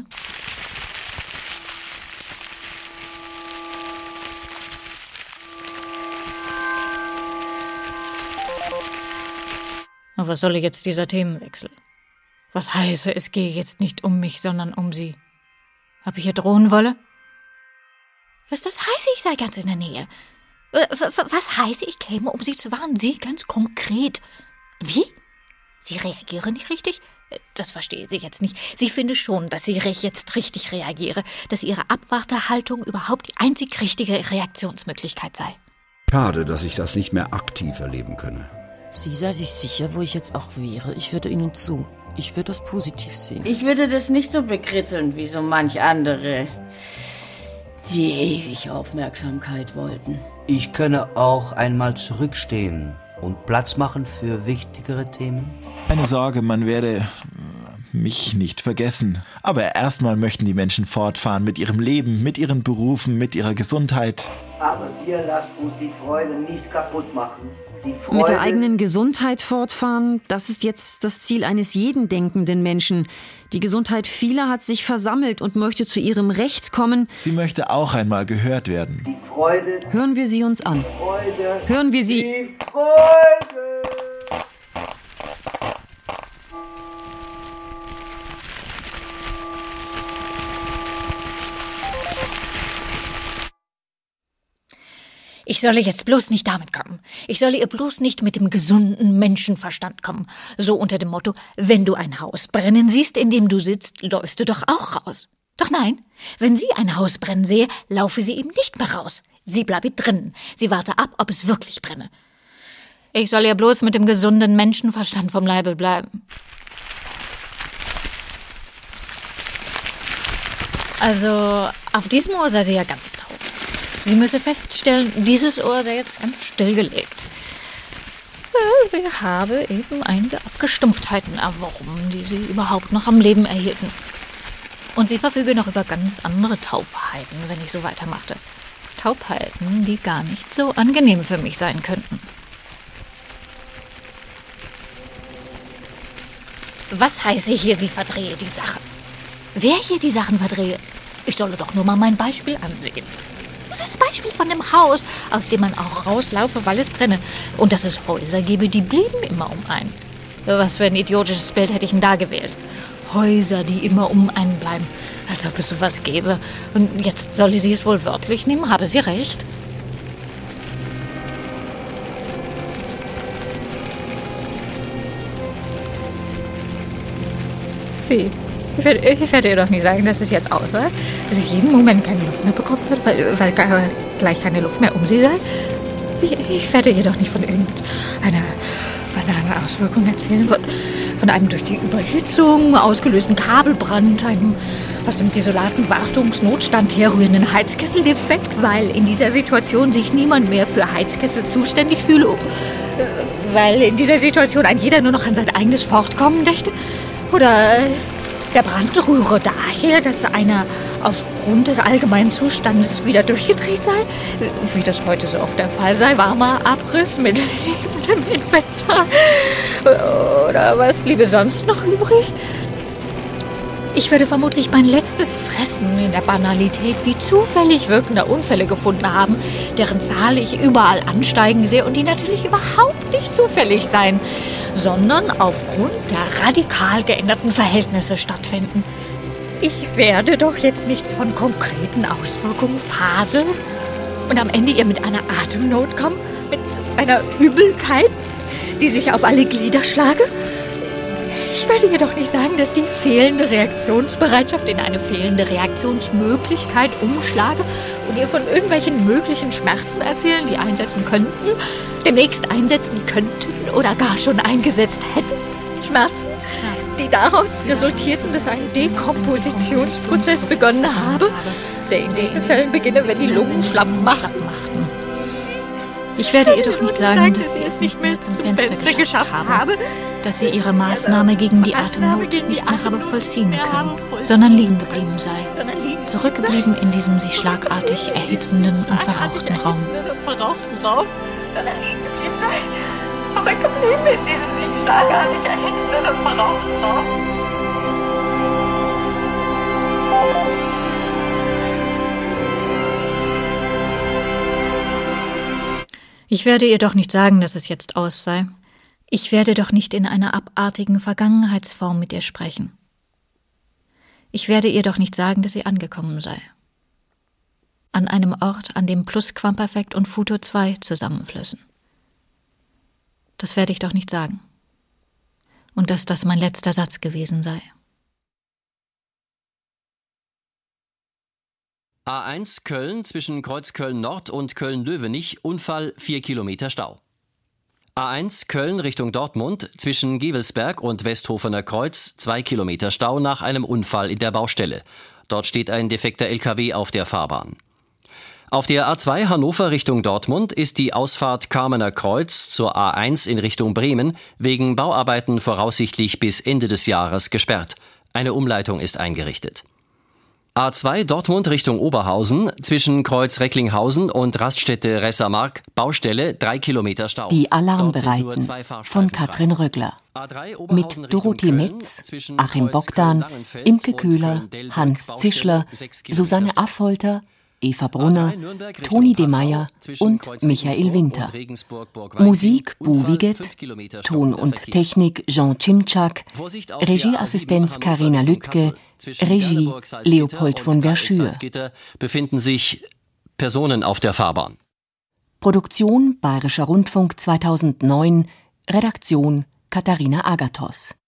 G: Und was solle jetzt dieser Themenwechsel? Was heiße, es gehe jetzt nicht um mich, sondern um sie? Ob ich ihr drohen wolle? Was das heiße, ich sei ganz in der Nähe? Was heiße, ich käme, um sie zu warnen? Sie ganz konkret. Wie? Sie reagiere nicht richtig? Das verstehe sie jetzt nicht. Sie finde schon, dass sie jetzt richtig reagiere, dass ihre Abwartehaltung überhaupt die einzig richtige Reaktionsmöglichkeit sei.
J: Schade, dass ich das nicht mehr aktiv erleben könne.
K: Sie sei sich sicher, wo ich jetzt auch wäre. Ich würde Ihnen zu. Ich würde das positiv sehen.
N: Ich würde das nicht so bekritteln wie so manch andere, die ewig Aufmerksamkeit wollten.
M: Ich könne auch einmal zurückstehen und Platz machen für wichtigere Themen.
H: Keine Sorge, man werde mich nicht vergessen. Aber erstmal möchten die Menschen fortfahren mit ihrem Leben, mit ihren Berufen, mit ihrer Gesundheit.
M: Aber wir lassen uns die Freude nicht kaputt machen.
I: Mit der eigenen Gesundheit fortfahren, das ist jetzt das Ziel eines jeden denkenden Menschen. Die Gesundheit vieler hat sich versammelt und möchte zu ihrem Recht kommen.
H: Sie möchte auch einmal gehört werden.
M: Die Freude.
I: Hören wir sie uns an.
M: Freude.
I: Hören wir sie.
M: Die Freude.
G: Ich solle jetzt bloß nicht damit kommen. Ich solle ihr bloß nicht mit dem gesunden Menschenverstand kommen. So unter dem Motto, wenn du ein Haus brennen siehst, in dem du sitzt, läufst du doch auch raus. Doch nein, wenn sie ein Haus brennen sehe, laufe sie eben nicht mehr raus. Sie bleibe drinnen. Sie warte ab, ob es wirklich brenne. Ich soll ihr bloß mit dem gesunden Menschenverstand vom Leibe bleiben. Also, auf diesem Ohr sei sie ja ganz taub. Sie müsse feststellen, dieses Ohr sei jetzt ganz stillgelegt. Sie habe eben einige Abgestumpftheiten erworben, die sie überhaupt noch am Leben erhielten. Und sie verfüge noch über ganz andere Taubheiten, wenn ich so weitermachte. Taubheiten, die gar nicht so angenehm für mich sein könnten. Was heiße hier, sie verdrehe die Sache? Wer hier die Sachen verdrehe? Ich solle doch nur mal mein Beispiel ansehen. Das Beispiel von dem Haus, aus dem man auch rauslaufe, weil es brenne. Und dass es Häuser gebe, die blieben immer um einen. Was für ein idiotisches Bild hätte ich denn da gewählt? Häuser, die immer um einen bleiben. Als ob es sowas gäbe. Und jetzt solle sie es wohl wörtlich nehmen, habe sie recht. Wie? Ich werde ihr doch nicht sagen, dass es jetzt aus sei, dass sie jeden Moment keine Luft mehr bekommen wird, weil gleich keine Luft mehr um sie sei. Ich werde ihr doch nicht von irgendeiner banalen Auswirkung erzählen, von einem durch die Überhitzung ausgelösten Kabelbrand, einem aus dem desolaten Wartungsnotstand herrührenden Heizkesseldefekt, weil in dieser Situation sich niemand mehr für Heizkessel zuständig fühle, weil in dieser Situation ein jeder nur noch an sein eigenes Fortkommen dächte, oder der Brand rühre daher, dass einer aufgrund des allgemeinen Zustandes wieder durchgedreht sei, wie das heute so oft der Fall sei, warmer Abriss mit lebendem Inventar. Oder was bliebe sonst noch übrig? Ich würde vermutlich mein letztes Fressen in der Banalität wie zufällig wirkender Unfälle gefunden haben, deren Zahl ich überall ansteigen sehe und die natürlich überhaupt nicht zufällig seien, sondern aufgrund der radikal geänderten Verhältnisse stattfinden. Ich werde doch jetzt nichts von konkreten Auswirkungen faseln und am Ende ihr mit einer Atemnot kommen, mit einer Übelkeit, die sich auf alle Glieder schlage. Ich werde ihr doch nicht sagen, dass die fehlende Reaktionsbereitschaft in eine fehlende Reaktionsmöglichkeit umschlage und ihr von irgendwelchen möglichen Schmerzen erzählen, die einsetzen könnten, demnächst einsetzen könnten oder gar schon eingesetzt hätten. Schmerzen, die daraus resultierten, dass ein Dekompositionsprozess begonnen habe, der in den Fällen beginne, wenn die Lungen schlapp machten. Ich werde ihr doch nicht sagen, dass sie es nicht mehr zum Fenster geschafft habe, dass sie ihre Maßnahme gegen die Atemnot nicht mehr habe vollziehen können, sondern liegen geblieben sei, zurückgeblieben in diesem sich schlagartig erhitzenden und verrauchten Raum. Zurückgeblieben in diesem sich schlagartig erhitzenden und verrauchten Raum. Ich werde ihr doch nicht sagen, dass es jetzt aus sei. Ich werde doch nicht in einer abartigen Vergangenheitsform mit ihr sprechen. Ich werde ihr doch nicht sagen, dass sie angekommen sei. An einem Ort, an dem Plusquamperfekt und Futur 2 zusammenflössen. Das werde ich doch nicht sagen. Und dass das mein letzter Satz gewesen sei.
E: A1 Köln zwischen Kreuzköln Nord und Köln-Löwenich, Unfall 4 Kilometer Stau. A1 Köln Richtung Dortmund zwischen Gevelsberg und Westhofener Kreuz 2 Kilometer Stau nach einem Unfall in der Baustelle. Dort steht ein defekter LKW auf der Fahrbahn. Auf der A2 Hannover Richtung Dortmund ist die Ausfahrt Kamener Kreuz zur A1 in Richtung Bremen wegen Bauarbeiten voraussichtlich bis Ende des Jahres gesperrt. Eine Umleitung ist eingerichtet. A2 Dortmund Richtung Oberhausen zwischen Kreuz Recklinghausen und Raststätte Ressermark, Baustelle 3 Kilometer Stau.
A: Die Alarmbereiten von Katrin Röckler. Mit Dorothee Metz, Achim Bogdan, Imke Köhler, Hans Zischler, Susanne Affolter, Eva Brunner, Toni de Meyer und Michael Winter. Musik Bu Wiget, Ton und Technik Jean Cimczak, Regieassistenz Carina Lüttke, Regie Leopold von Verschür.
E: Befinden sich Personen auf der Fahrbahn.
A: Produktion Bayerischer Rundfunk 2009, Redaktion Katharina Agathos.